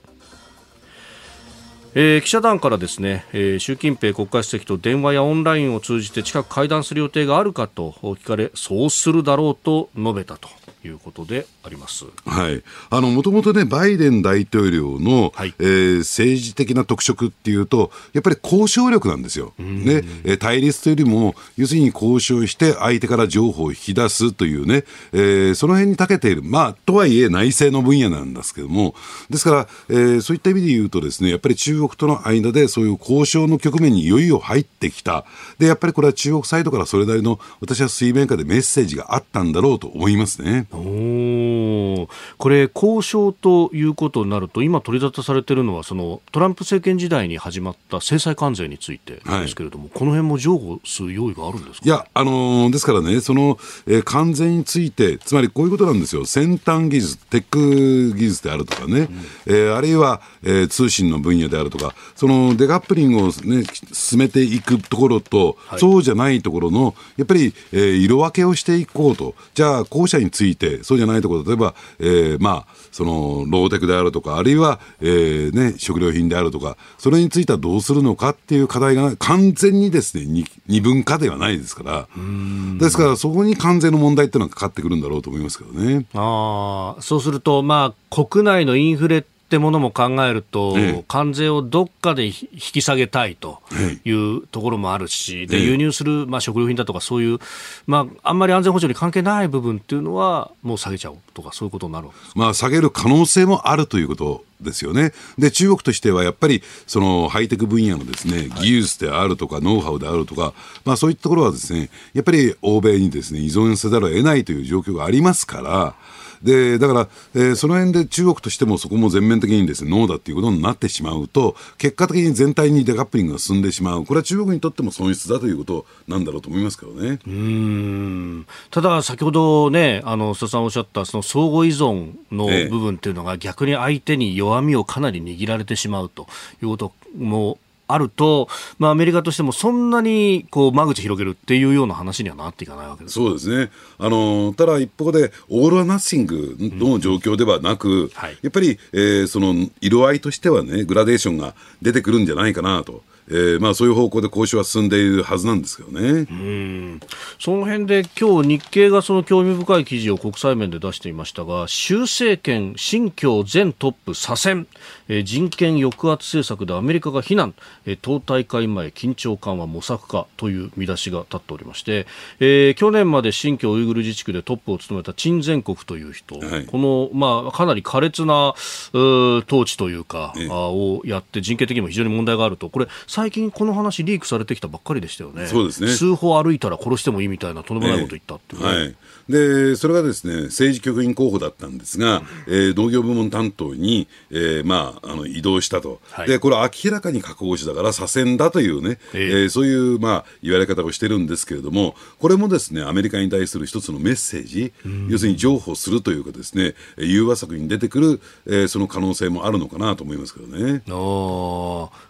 えー、記者団からですね、えー、習近平国家主席と電話やオンラインを通じて近く会談する予定があるかと聞かれ、そうするだろうと述べたということであります。 はい、あのもともとねバイデン大統領の、はい、えー、政治的な特色っていうとやっぱり交渉力なんですよ、ね、えー、対立というよりも要するに交渉して相手から情報を引き出すというね、えー、その辺に長けている、まあとはいえ内政の分野なんですけども、ですから、えー、そういった意味で言うとですねやっぱり中国との間でそういう交渉の局面にいよいよ入ってきた。でやっぱりこれは中国サイドからそれなりの私は水面下でメッセージがあったんだろうと思いますね。 おこれ交渉ということになると今取り沙汰されているのはそのトランプ政権時代に始まった制裁関税についてですけれども、はい、この辺も譲歩する用意があるんですか。 いや、あのー、ですからねその、えー、関税についてつまりこういうことなんですよ。先端技術テック技術であるとかね、うん、えー、あるいは、えー、通信の分野であるとかそのデカップリングを、ね、進めていくところと、はい、そうじゃないところのやっぱり、えー、色分けをしていこうと。じゃあ後者についてそうじゃないところ例えば、えー、まあそのローテクであるとかあるいは、えーね、食料品であるとかそれについてはどうするのかっていう課題が完全にですねに二分化ではないですからですからそこに関税の問題っていうのがかかってくるんだろうと思いますけどね。 あそうすると、まあ、国内のインフレってものも考えると、ええ、関税をどっかで引き下げたいというところもあるし、ええ、で輸入する、まあ、食料品だとかそういう、まあ、あんまり安全保障に関係ない部分っていうのはもう下げちゃおうとかそういうことになるわけですか。 まあ、下げる可能性もあるということですよね。で中国としてはやっぱりそのハイテク分野のですね技術であるとかノウハウであるとか、まあ、そういったところはですねやっぱり欧米にですね依存せざるを得ないという状況がありますからでだから、えー、その辺で中国としてもそこも全面的にですねノーだということになってしまうと結果的に全体にデカップリングが進んでしまう。これは中国にとっても損失だということなんだろうと思いますけどね。 うーんただ先ほどねあの須田さんおっしゃったその相互依存の部分っていうのが逆に相手に弱みをかなり握られてしまうということもあると、まあ、アメリカとしてもそんなにこう間口広げるっていうような話にはなっていかないわけです。 そうですね。あのただ一方でオール・ア・ナッシングの状況ではなく、うんはい、やっぱり、えー、その色合いとしてはねグラデーションが出てくるんじゃないかなと。えーまあ、そういう方向で交渉は進んでいるはずなんですけどね。 うんその辺で今日日経がその興味深い記事を国際面で出していましたが習政権新疆前トップ左遷、えー、人権抑圧政策でアメリカが非難、えー、党大会前緊張緩和模索化という見出しが立っておりまして、えー、去年まで新疆ウイグル自治区でトップを務めた陳全国という人、はい、この、まあ、かなり苛烈な統治というか、ええ、をやって人権的にも非常に問題があるとこれ最近この話リークされてきたばっかりでしたよね。 そうですね。 数歩歩いたら殺してもいいみたいなとんでもないこと言ったっていう、ねえーはい、でそれがですね政治局員候補だったんですが、えー、農業部門担当に、えーまあ、あの移動したと、はい、でこれは明らかに確保しだから左遷だというね、えーえー、そういう、まあ、言われ方をしてるんですけれどもこれもですねアメリカに対する一つのメッセージ要するに譲歩するというかですね融和策に出てくる、えー、その可能性もあるのかなと思いますけどね。 あ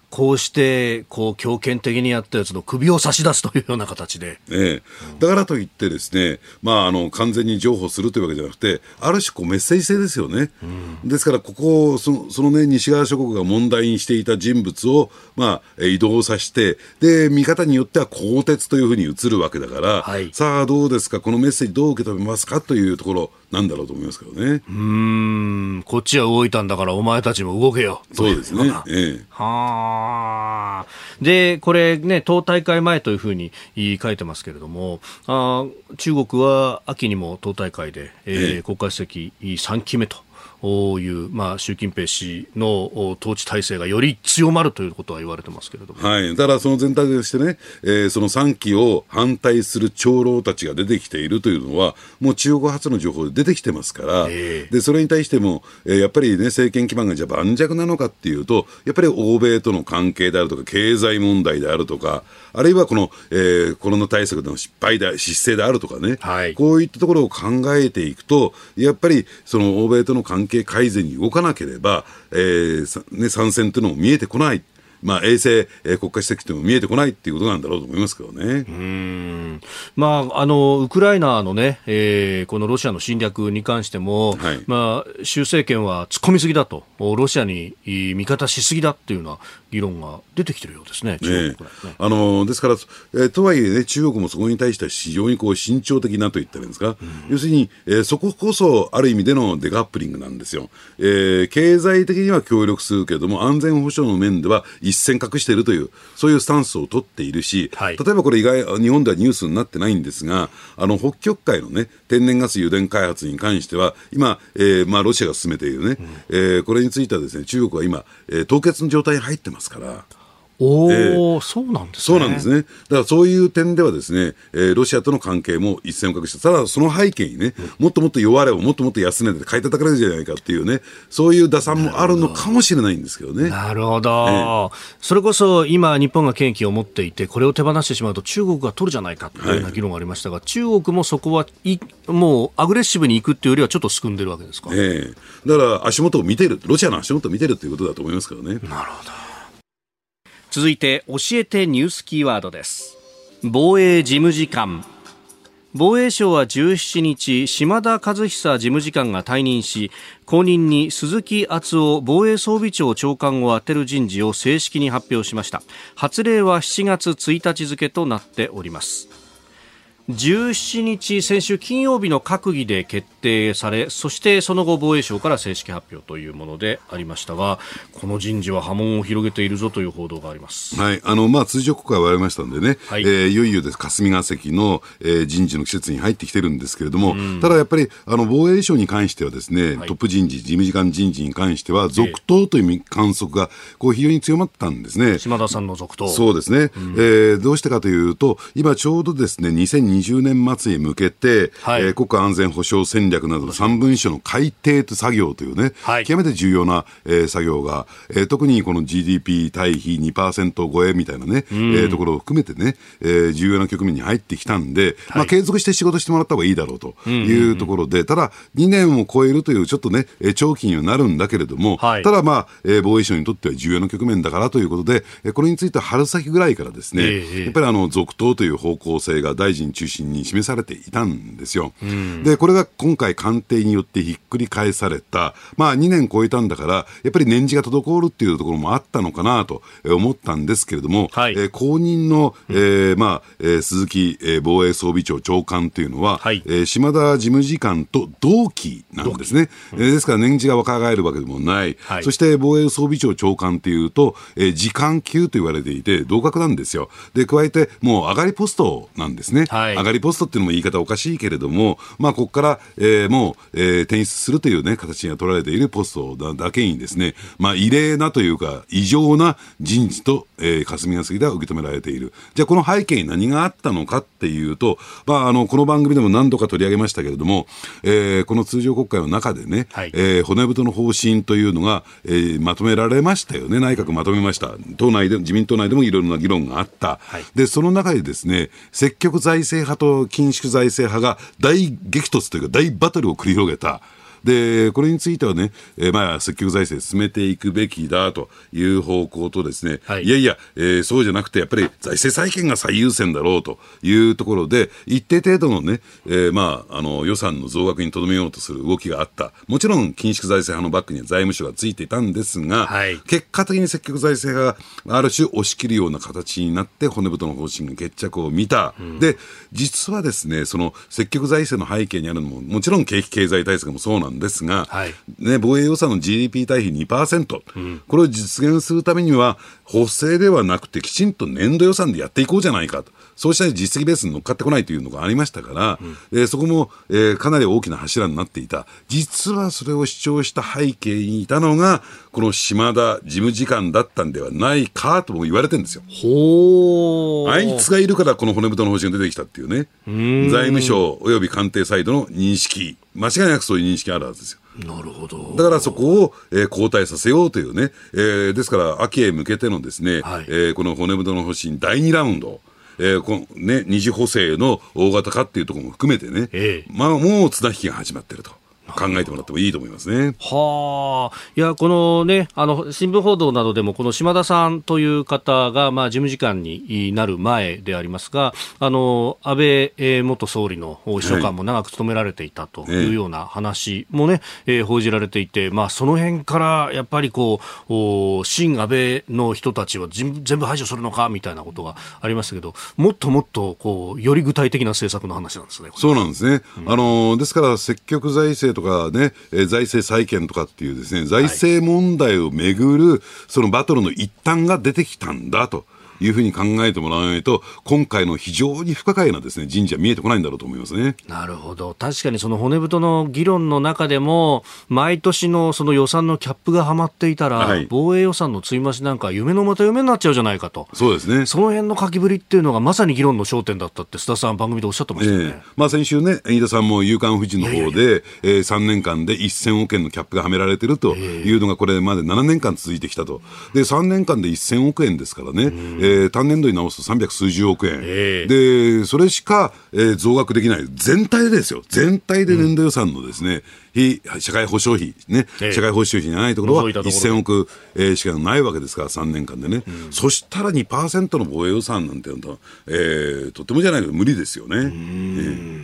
こうしてこう強権的にやったやつの首を差し出すというような形で、 ええ、だからといってですね、まあ、あの完全に譲歩するというわけじゃなくて、ある種こうメッセージ性ですよね、うん、ですからここその、そのね、西側諸国が問題にしていた人物を、まあ、移動させて、で見方によっては更迭というふうに映るわけだから、はい、さあどうですか、このメッセージどう受け止めますかというところなんだろうと思いますけどね。 うーん、こっちは動いたんだからお前たちも動けよ。 そうですね、ええ、 はあ。でこれね、党大会前というふうに書いてますけれども、あ中国は秋にも党大会で、えーええ、国家主席さんきめという、まあ、習近平氏の統治体制がより強まるということは言われてますけれども、 はい、だからその全体としてね、えー、そのさんきを反対する長老たちが出てきているというのはもう中国発の情報で出てきてますから、えー、でそれに対しても、えー、やっぱりね、政権基盤がじゃあ盤石なのかっていうと、やっぱり欧米との関係であるとか経済問題であるとか、あるいはこの、えー、コロナ対策での失敗で失勢であるとかね、はい、こういったところを考えていくと、やっぱりその欧米との関係改善に動かなければ、えーね、参戦というのも見えてこない、まあ、衛星、えー、国家主席というのも見えてこないということなんだろうと思いますけどね。うーん、まあ、あのウクライナの、ねえー、このロシアの侵略に関しても、はい、まあ、習政権は突っ込みすぎだと、ロシアに味方しすぎだというような議論が出てきているようですね、中国ね。 ね、あのですから、えー、とはいえ、ね、中国もそこに対しては非常にこう慎重的なと言ったらいいんですか、うん、要するに、えー、そここそある意味でのデカップリングなんですよ。えー、経済的には協力するけれども、安全保障の面では一線隠しているという、そういうスタンスを取っているし、はい、例えばこれ意外、日本ではニュースになってないんですが、あの北極海の、ね、天然ガス油田開発に関しては今、えーまあ、ロシアが進めているね、うん、えー、これについてはですね、中国は今、えー、凍結の状態に入ってますから。 おー、えー、そうなんですね。 そうなんですね。だからそういう点ではですね、えー、ロシアとの関係も一線を画して、ただその背景にね、うん、もっともっと弱ればもっともっと安値で買い叩かれるんじゃないかっていうね、そういう打算もあるのかもしれないんですけどね。 なるほど、えー、それこそ今日本が権益を持っていて、これを手放してしまうと中国が取るじゃないかというような議論がありましたが、はい、中国もそこはいもうアグレッシブに行くっていうよりはちょっとすくんでるわけですか。 えー、だから足元を見てる、ロシアの足元を見てるということだと思いますけどね。 なるほど。続いて教えてニュースキーワードです。防衛事務次官。防衛省はじゅうしちにち、島田和久事務次官が退任し、後任に鈴木敦夫防衛装備庁長官を充てる人事を正式に発表しました。発令はしちがつついたち付となっております。じゅうしちにち、先週金曜日の閣議で決定され、そしてその後防衛省から正式発表というものでありましたが、この人事は波紋を広げているぞという報道があります。 はい、あのまあ、通常国会は終わりましたのでね、はい、えー、いよいよです霞が関の、えー、人事の季節に入ってきてるんですけれども、うん、ただやっぱりあの防衛省に関してはですね、はい、トップ人事、事務次官人事に関しては続投という観測がこう非常に強まったんですね。 島田さんの続投。 そうですね、うん、えー、どうしてかというと、今ちょうどですねにせんにじゅうねん末に向けて、はい、えー、国家安全保障戦略などのさんぶんしょの改定と作業というね、はい、極めて重要な、えー、作業が、えー、特にこの ジーディーピー 対比 にパーセント 超えみたいなね、うん、えー、ところを含めてね、えー、重要な局面に入ってきたんで、はい、まあ、継続して仕事してもらった方がいいだろうというところで、うんうんうん、ただにねんを超えるというちょっとね、えー、長期にはなるんだけれども、はい、ただまあ、えー、防衛省にとっては重要な局面だからということで、えー、これについては春先ぐらいからですね、えー、やっぱりあの続投という方向性が大臣中心に示されていたんですよ、うん、でこれが今回官邸によってひっくり返された、まあ、にねん超えたんだからやっぱり年次が滞るっていうところもあったのかなと思ったんですけれども、はい、えー、後任の、えーまあえー、鈴木、えー、防衛装備庁長官というのは、はい、えー、島田事務次官と同期なんですね、うん、えー、ですから年次が若返るわけでもない、はい、そして防衛装備庁長官というと、えー、次官級と言われていて同格なんですよ。で加えてもう上がりポストなんですね、はい、上がりポストっていうのも言い方おかしいけれども、まあ、ここから、えー、もう、えー、転出するという、ね、形が取られているポスト だ, だけにですね、まあ、異例なというか異常な人事と、えー、霞が関では受け止められている。じゃあこの背景に何があったのかっていうと、まあ、あのこの番組でも何度か取り上げましたけれども、えー、この通常国会の中でね、はい、えー、骨太の方針というのが、えー、まとめられましたよね。内閣まとめました。党内で自民党内でもいろいろな議論があった、はい、でその中でですね、積極財政派と緊縮財政派が大激突というか大バトルを繰り広げた。 でこれについてはね、えー、まあ積極財政進めていくべきだという方向とですね、はい、いやいや、えー、そうじゃなくてやっぱり財政再建が最優先だろうというところで一定程度のね、えー、まああの予算の増額にとどめようとする動きがあった。もちろん緊縮財政派のバックには財務省がついていたんですが、はい、結果的に積極財政がある種押し切るような形になって骨太の方針が決着を見た、うん、で実はですねその積極財政の背景にあるのももちろん景気経済対策もそうなんですが、はいね、防衛予算の ジーディーピー 対比 にパーセント、うん、これを実現するためには補正ではなくてきちんと年度予算でやっていこうじゃないかと、そうした実績ベースに乗っかってこないというのがありましたから、うんえー、そこも、えー、かなり大きな柱になっていた。実はそれを主張した背景にいたのがこの島田事務次官だったんではないかとも言われてるんですよ。 ほー、 あいつがいるからこの骨太の方針が出てきたっていうね、うーん財務省および官邸サイドの認識、間違いなくそういう認識があるはずですよ。 なるほど。 だからそこを、えー、後退させようというね、えー、ですから秋へ向けてのですね、はいえー、この骨太の方針だいにラウンド、えーこのね、二次補正の大型化っていうところも含めてね、ええまあ、もう綱引きが始まっていると考えてもらってもいいと思いますね。 はあ、いやこのねあの新聞報道などでもこの島田さんという方が、まあ、事務次官になる前でありますが、あの安倍元総理の秘書官も長く務められていたというような話もね、えー、報じられていて、まあ、その辺からやっぱりこう新安倍の人たちは全部排除するのかみたいなことがありましたけど、もっともっとこうより具体的な政策の話なんですね。 そうなんですね、うん、あのですから積極財政とかね、えー、財政再建とかっていうですね財政問題をめぐるそのバトルの一端が出てきたんだというふうに考えてもらわないと今回の非常に不可解なですね人事は見えてこないんだろうと思いますね。 なるほど。確かにその骨太の議論の中でも毎年のその予算のキャップがはまっていたら、はい、防衛予算の積み増しなんか夢のまた夢になっちゃうじゃないかと。 そうですね。 その辺の書きぶりっていうのがまさに議論の焦点だったって須田さん番組でおっしゃってましたよね。 えーまあ、先週ね飯田さんも夕刊フジの方でいやいやいや、えー、さんねんかんでせんおくえんのキャップがはめられているというのがこれまでななねんかん続いてきたと。でさんねんかんでせんおくえんですからね、えー、単年度に直すとさんびゃくすうじゅうおくえん、えー、でそれしか、えー、増額できない全体でですよ。全体で年度予算のですね、うん非社会保障費、ねええ、社会保障費じゃないところはせんおく、えー、しかないわけですからさんねんかんでね、うん、そしたら にパーセント の防衛予算なんていうのは、えー、とてもじゃないけど無理ですよね。うん、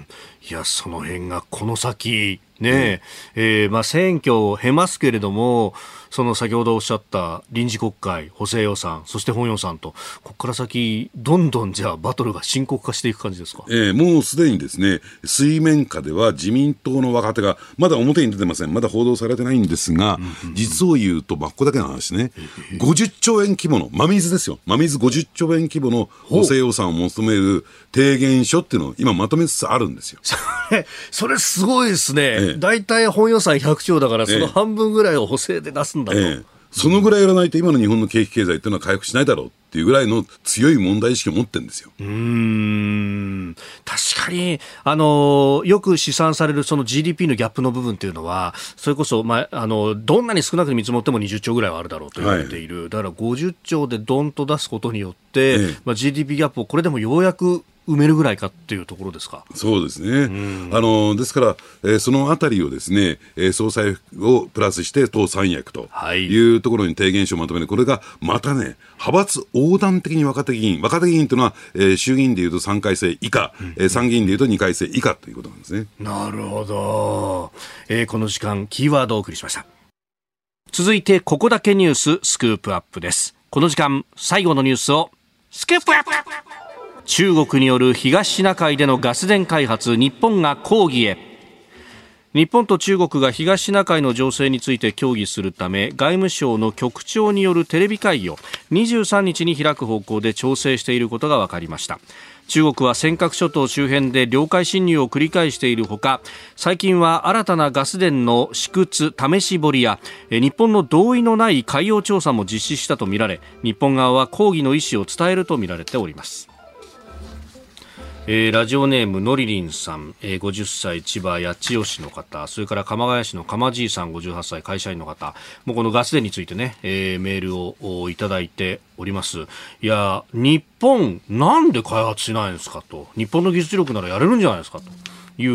えー、いやその辺がこの先ねええーまあ、選挙を経ますけれどもその先ほどおっしゃった臨時国会補正予算そして本予算とここから先どんどんじゃあバトルが深刻化していく感じですか。 えー、もうすでにですね水面下では自民党の若手がまだ表に出てません。まだ報道されてないんですが、うんうんうん、実を言うと、まあ、ここだけの話ね、えー、ごじゅっちょうえん規模の真水ですよ。真水ごじゅっちょうえん規模の補正予算を求める提言書っていうのを今まとめつつあるんですよ。 それ、それすごいですね。えー、だいたい本予算ひゃくちょうだからその半分ぐらいを補正で出すんだと、えーえー、 そのぐらいやらないと今の日本の景気経済っていうのは回復しないだろうっていうぐらいの強い問題意識を持ってるんですよ。 うーん確かにあのよく試算されるその ジーディーピー のギャップの部分っていうのはそれこそ、まあ、あのどんなに少なく見積もってもにじゅっちょうぐらいはあるだろうと言われている、はい、だからごじゅっちょうでドンと出すことによって、ええまあ、ジーディーピー ギャップをこれでもようやく埋めるぐらいかっていうところですか。 そうですね。あのですから、えー、そのあたりをですね、えー、総裁をプラスして党三役というところに提言書をまとめる。これがまたね派閥横断的に若手議員若手議員というのは、えー、衆議院でいうとさんかいせい以下、うんえー、参議院でいうとにかいせい以下ということなんですね。 なるほど、えー、この時間キーワードをお送りしました。続いてここだけニューススクープアップです。この時間最後のニュースをスクープアップ。中国による東シナ海でのガス田開発、日本が抗議へ。日本と中国が東シナ海の情勢について協議するため外務省の局長によるテレビ会議をにじゅうさんにちに開く方向で調整していることが分かりました。中国は尖閣諸島周辺で領海侵入を繰り返しているほか、最近は新たなガス田の試掘試し掘りや日本の同意のない海洋調査も実施したとみられ、日本側は抗議の意思を伝えるとみられております。えー、ラジオネームのりりんさん、えー、ごじゅっさい千葉八千代市の方、それから鎌ヶ谷市の鎌じいさんごじゅうはっさい会社員の方もうこのガス田についてね、えー、メールをいただいております。いや日本なんで開発しないんですかと、日本の技術力ならやれるんじゃないですかという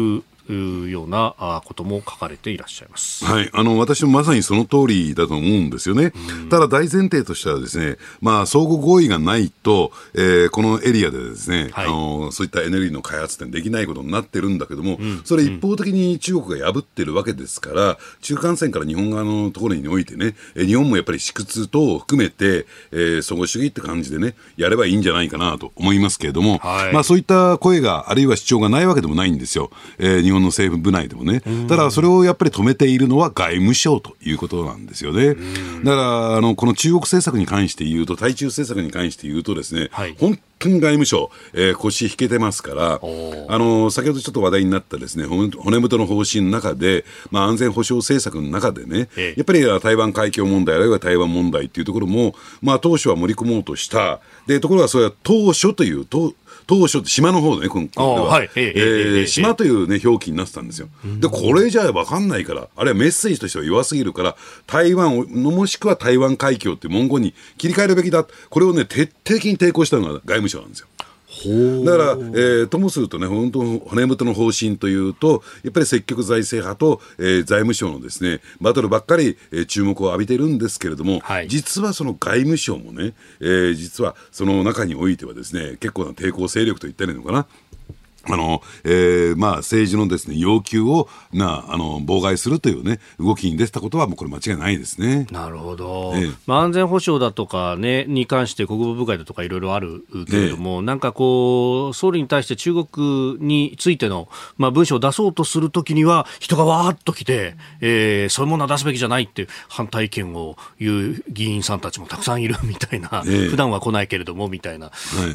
いうようなことも書かれていらっしゃいます。 はい、あの私もまさにその通りだと思うんですよね。ただ大前提としてはですね、まあ、相互合意がないと、えー、このエリアでですね、はい、あのそういったエネルギーの開発ってできないことになってるんだけども、うん、それ一方的に中国が破ってるわけですから、中間線から日本側のところにおいてね、日本もやっぱり試屈等を含めて、えー、相互主義って感じでねやればいいんじゃないかなと思いますけれども、はい、まあ、そういった声があるいは主張がないわけでもないんですよ、えー、日本の政府部内でもね。ただそれをやっぱり止めているのは外務省ということなんですよね。だからあのこの中国政策に関して言うと、対中政策に関して言うとですね、はい、本当に外務省、えー、腰引けてますから、あの先ほどちょっと話題になったですね骨太の方針の中で、まあ、安全保障政策の中でね、ええ、やっぱり台湾海峡問題あるいは台湾問題というところも、まあ、当初は盛り込もうとしたでところが、それは当初という当当初って島の方でね、今回は、はい、えー、島という、ね、表記になってたんですよ。でこれじゃ分かんないから、あるいはメッセージとしては弱すぎるから、台湾をもしくは台湾海峡っていう文言に切り替えるべきだ、これをね徹底的に抵抗したのが外務省なんですよ。だから、えー、ともするとね、本当骨太の方針というと、やっぱり積極財政派と、えー、財務省のですねバトルばっかり、えー、注目を浴びてるんですけれども、はい、実はその外務省もね、えー、実はその中においてはですね結構な抵抗勢力と言ったらいいのかな、あのえーまあ、政治のですね要求をなあの妨害するという、ね、動きに出たことはもうこれ間違いないですね。 なるほど、ええ、まあ、安全保障だとか、ね、に関して国防部会だとかいろいろあるけれども、ええ、なんかこう総理に対して中国についての、まあ、文章を出そうとするときには人がわーっと来て、えー、そういうものは出すべきじゃないっていう反対意見を言う議員さんたちもたくさんいるみたいな、ええ、普段は来ないけれどもみたいな、はい、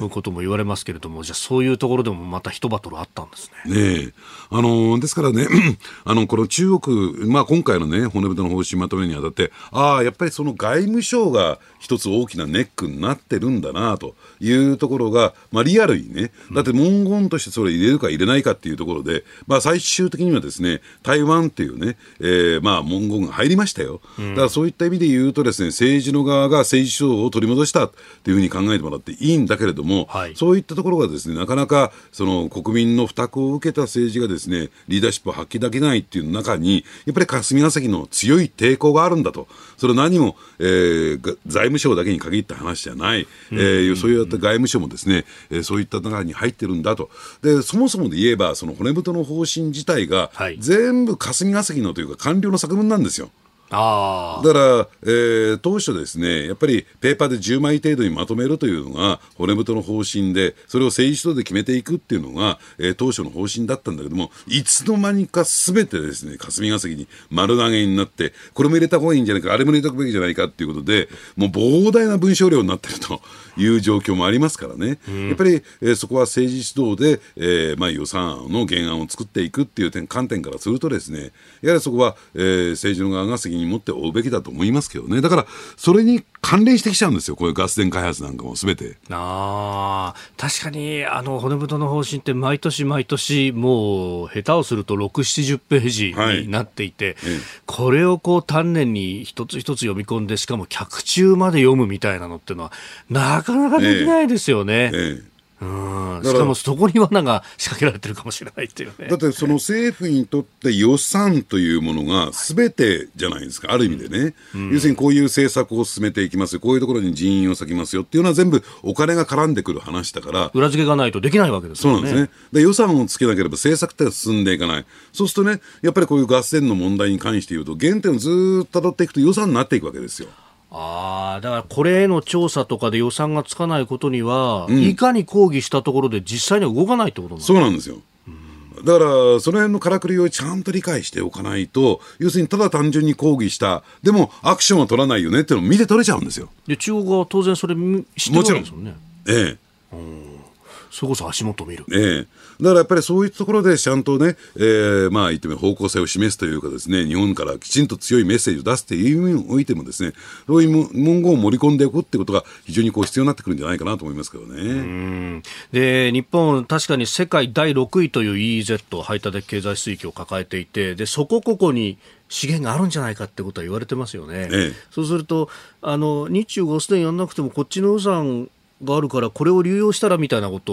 ことも言われますけれども、じゃあそういうところでもまた一バトルあったんですね。 ねえ、あのですからねあのこの中国、まあ、今回の、ね、骨太の方針まとめにあたって、ああやっぱりその外務省が一つ大きなネックになってるんだなというところが、まあ、リアルにね、だって文言としてそれ入れるか入れないかっていうところで、まあ、最終的にはですね台湾っていうね、えーまあ、文言が入りましたよ。だからそういった意味で言うとですね、政治の側が政治主導を取り戻したっていうふうに考えてもらっていいんだけれども、はい、そういったところがですねなかなかその国民の負託を受けた政治がですねリーダーシップを発揮できないっていう中に、やっぱり霞が関の強い抵抗があるんだと。それは何も、えー、財務省だけに限った話じゃない、えー、そういった外務省もですね、えー、そういった中に入ってるんだと。でそもそもで言えばその骨太の方針自体が全部霞が関のというか官僚の作文なんですよ。あだから、えー、当初ですねやっぱりペーパーでじゅうまい程度にまとめるというのが骨太の方針で、それを政治主導で決めていくっていうのが、えー、当初の方針だったんだけども、いつの間にか全てですね霞が関に丸投げになって、これも入れた方がいいんじゃないか、あれも入れた方がいいんじゃないかっていうことで、もう膨大な文章量になっているという状況もありますからね、うん、やっぱり、えー、そこは政治主導で、えーまあ、予算案の原案を作っていくっていう点観点からするとですね、やはりそこは、えー、政治の側が責任を持って追うべきだと思いますけどね。だからそれに関連してきちゃうんですよ、こういうガス田開発なんかもすべて。 あ確かにあの骨太の方針って毎年毎年もう下手をするとろく、ななじゅっページになっていて、はい、これをこう丹念に一つ一つ読み込んで、しかも脚注まで読むみたいなのっていうのはなかなかできないですよね。ええええうんしかもそこに罠が仕掛けられてるかもしれないっていうね。 だってその政府にとって予算というものが全てじゃないですか、ある意味でね、うん、要するにこういう政策を進めていきますよ、こういうところに人員を割きますよっていうのは全部お金が絡んでくる話だから、 裏付けがないとできないわけですよね。 そうなんですね。で予算をつけなければ政策って進んでいかない。そうするとねやっぱりこういう合戦の問題に関して言うと原点をずっと辿っていくと予算になっていくわけですよ。 あだからこれへの調査とかで予算がつかないことには、うん、いかに抗議したところで実際には動かないってことなんですか。 そうなんですよ。だからその辺のからくりをちゃんと理解しておかないと、要するにただ単純に抗議したでもアクションは取らないよねっていうのを見て取れちゃうんですよ。 で中国は当然それ知ってるわけですよね。 ええうんそれこそ足元を見る、 ええ、だからやっぱりそういうところでちゃんとね、えー、まあ言ってみ方向性を示すというかですね、日本からきちんと強いメッセージを出すという意味においてもですね、そういう文言を盛り込んでおくってことが非常にこう必要になってくるんじゃないかなと思いますけどね。 うんで日本確かに世界だいろくいという イーイーゼット 排他的経済水域を抱えていて、でそこここに資源があるんじゃないかってことは言われてますよね、ええ、そうするとあの日中合戦やんなくてもこっちの予算があるからこれを流用したらみたいなことを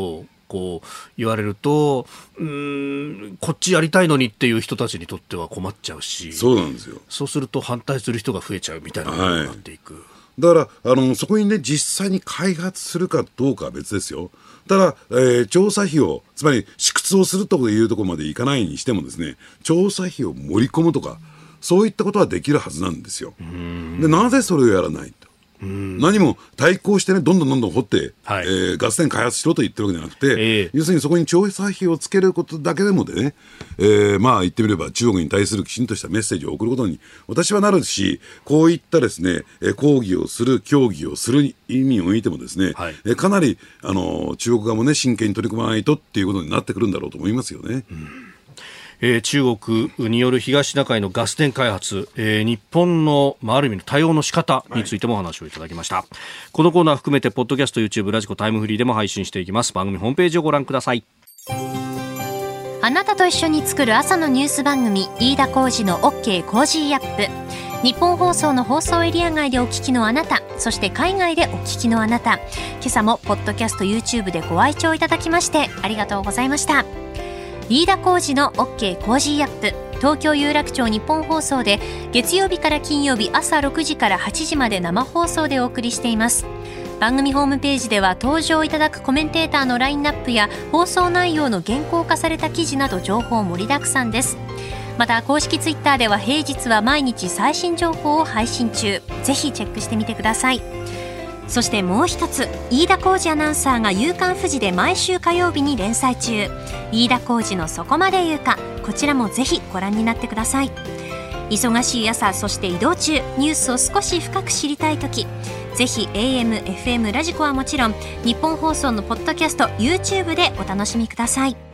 こう言われると、うーんこっちやりたいのにっていう人たちにとっては困っちゃうし、 そうなんですよ。 そうすると反対する人が増えちゃうみたいなことになっていく、はい、 だからあのそこにね実際に開発するかどうかは別ですよ。ただ、えー、調査費をつまり試掘をするというところまでいかないにしてもですね、調査費を盛り込むとかそういったことはできるはずなんですよ。でなぜそれをやらないと。何も対抗してねどんどんどんどん掘って、はい、えー、ガス田開発しろと言ってるわけじゃなくて、えー、要するにそこに調査費をつけることだけでもでね、えー、まあ言ってみれば中国に対するきちんとしたメッセージを送ることに私はなるし、こういったですね抗議をする協議をする意味においてもですね、はい、えかなりあの中国側もね真剣に取り組まないとっていうことになってくるんだろうと思いますよね。うん、 えー、中国による東シナ海のガス田開発、えー、日本の、まあ、ある意味の対応の仕方についてもお話をいただきました、はい、このコーナー含めてポッドキャスト YouTube ラジコタイムフリーでも配信していきます。番組ホームページをご覧ください。 あなたと一緒に作る朝のニュース番組飯田浩司の OK コージーアップ。日本放送の放送エリア外でお聞きのあなた、そして海外でお聞きのあなた、今朝もポッドキャスト YouTube でご愛聴いただきましてありがとうございました。飯田浩司の OK コージーアップ、東京有楽町日本放送で月曜日から金曜日朝ろくじからはちじまで生放送でお送りしています。番組ホームページでは登場いただくコメンテーターのラインナップや放送内容の原稿化された記事など情報盛りだくさんです。また公式ツイッターでは平日は毎日最新情報を配信中、ぜひチェックしてみてください。そしてもう一つ、飯田浩司アナウンサーが夕刊フジで毎週火曜日に連載中、飯田浩司のそこまで言うか、こちらもぜひご覧になってください。忙しい朝、そして移動中、ニュースを少し深く知りたいとき、ぜひ エーエム、エフエム ラジコはもちろん日本放送のポッドキャスト YouTube でお楽しみください。